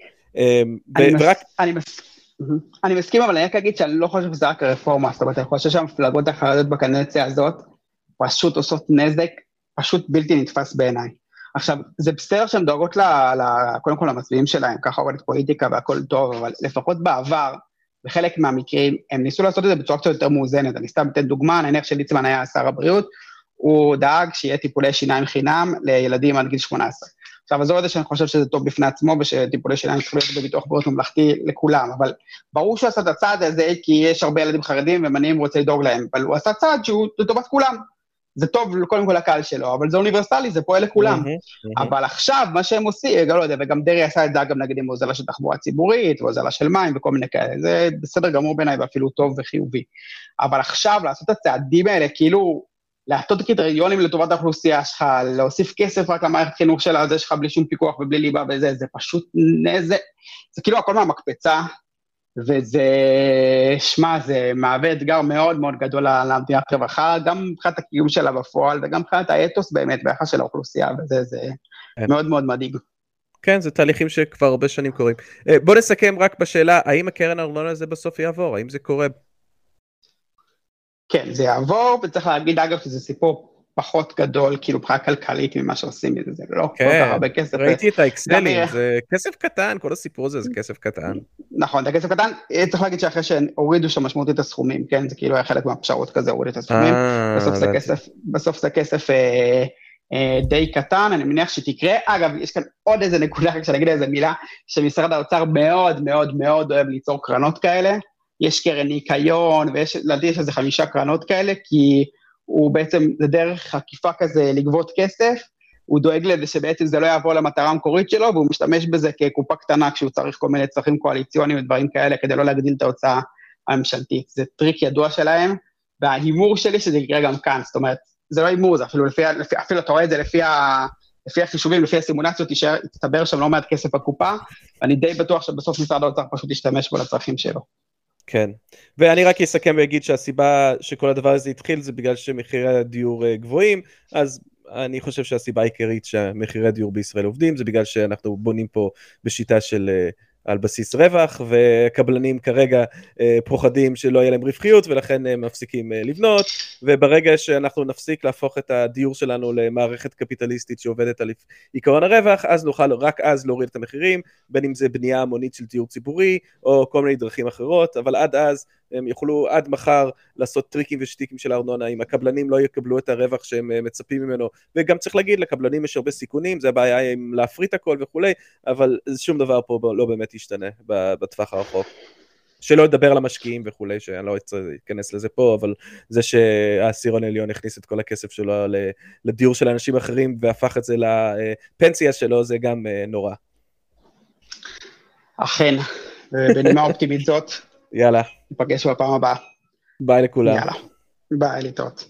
אני מסכים, אבל אני רק אגיד שאני לא חושב שזה רק הרפורמה, זאת אומרת, אני חושב שהמפלגות החרדיות בקדנציה הזאת פשוט עושות נזק, פשוט בלתי נתפס בעיניי. עכשיו, זה בסדר שהן דואגות קודם כל למצביעים שלהם, ככה עובדת פוליטיקה והכל טוב, אבל לפחות בעבר, בחלק מהמקרים, הם ניסו לעשות את זה בצורה קצת יותר מאוזנת. אני סתם אתן דוגמה, נניח שליצמן היה שר הבריאות, הוא דאג שיהיה טיפולי שיניים חינם לילדים עד גיל 18. עכשיו, עזוב את זה שאני חושב שזה טוב בפני עצמו, ושטיפולי שיניים צריכים להיות בביטוח בריאות ממלכתי לכולם, אבל ברור שהוא עשה את הצעד הזה, כי יש הרבה ילדים חרדים ומניעים רוצה לדאוג להם, אבל הוא עשה צעד שהוא לטובת כולם. זה טוב קודם כל לקהל שלו, אבל זה אוניברסלי, זה פועל לכולם. אבל עכשיו, מה שהם עושים, גם לא יודע, וגם דרי עשה את זה, גם נגיד עם הוזלה של תחבורה ציבורית, והוזלה של מים וכל מיני כאלה, זה בסדר גמור בעיניי, ואפילו טוב וחיובי. אבל עכשיו, לעשות את הצעדים האלה, כאילו, להטות קריטריונים לטובת האוכלוסייה שלך, להוסיף כסף רק למערכת חינוך שלה, זה שלך בלי שום פיקוח ובלי ליבה וזה, זה פשוט נזק, זה כאילו הכל מהמקפצה, וזה, שמה, זה מהווה אתגר מאוד מאוד גדול למדינת רווחה, גם מבחינת הקיום שלה בפועל, וגם מבחינת האתוס באמת, ביחס של האוכלוסייה, וזה מאוד מאוד מדאיג. כן, זה תהליכים שכבר הרבה שנים קורים. בוא נסכם רק בשאלה, האם הקרן הארנונה הזה בסוף יעבור? האם זה קורה? כן, זה יעבור, וצריך להגיד אגב שזה סיפור פחות גדול, כאילו מבחינה כלכלית ממה שעושים מזה, זה לא כל כך הרבה כסף. ראיתי את האקסלים, זה כסף קטן, כל הסיפור הזה זה כסף קטן. נכון, זה כסף קטן, צריך להגיד שאחרי שהורידו שם משמעותית את הסכומים, כן, זה כאילו היה חלק מהפשרות כזה, הורידו את הסכומים, בסוף זה כסף די קטן, אני מניח שתקרה. אגב, יש כאן עוד איזה נקודה, כשאני אגיד איזה מילה, שמשרד האוצר מאוד מאוד מאוד אוהב ליצור קרנות כאלה, יש קרן ניקיון, לדעתי יש איזה 5 קרנות כאלה, כי הוא בעצם, זה דרך עקיפה כזה לגבות כסף, הוא דואג לזה שבעצם זה לא יעבור למטרה המקורית שלו, והוא משתמש בזה כקופה קטנה, כשהוא צריך כל מיני צרכים קואליציוניים ודברים כאלה, כדי לא להגדיל את ההוצאה הממשלתית. זה טריק ידוע שלהם, וההימור שלי שזה יקרה גם כאן, זאת אומרת, זה לא הימור, זה אפילו אתה רואה את זה לפי החישובים, לפי הסימולציות, יתסבר שם לא מעט כסף בקופה, ואני די בטוח שבסוף משרד האוצר פשוט ישתמש בו לצרכים שלו. כן, ואני רק אסכם ואגיד שהסיבה שכל הדבר הזה התחיל זה בגלל שמחירי הדיור גבוהים, אז אני חושב שהסיבה העיקרית שמחירי הדיור בישראל עובדים, זה בגלל שאנחנו בונים פה בשיטה של על בסיס רווח, וקבלנים כרגע פוחדים שלא יהיה להם רווחיות, ולכן מפסיקים לבנות, וברגע שאנחנו נפסיק להפוך את הדיור שלנו למערכת קפיטליסטית שעובדת על עיקרון הרווח, אז נוכל רק אז להוריד את המחירים, בין אם זה בנייה המונית של דיור ציבורי, או כל מיני דרכים אחרות, אבל עד אז הם יוכלו עד מחר לעשות טריקים ושטיקים של הארנונה, אם הקבלנים לא יקבלו את הרווח שהם מצפים ממנו, וגם צריך להגיד, לקבלנים יש הרבה סיכונים, זה הבעיה עם להפריט הכל וכולי, אבל שום דבר פה לא באמת ישתנה בטווח הרחוק. שלא לדבר על המשקיעים וכולי, שאני לא אכנס לזה פה, אבל זה שהעשירון העליון הכניס את כל הכסף שלו לדיור של אנשים אחרים, והפך את זה לפנסיה שלו, זה גם נורא. אכן, ובנימה אופטימית זאת, יאללה. נפגש בפעם הבאה. ביי לכולם. יאללה, ביי, להתראות.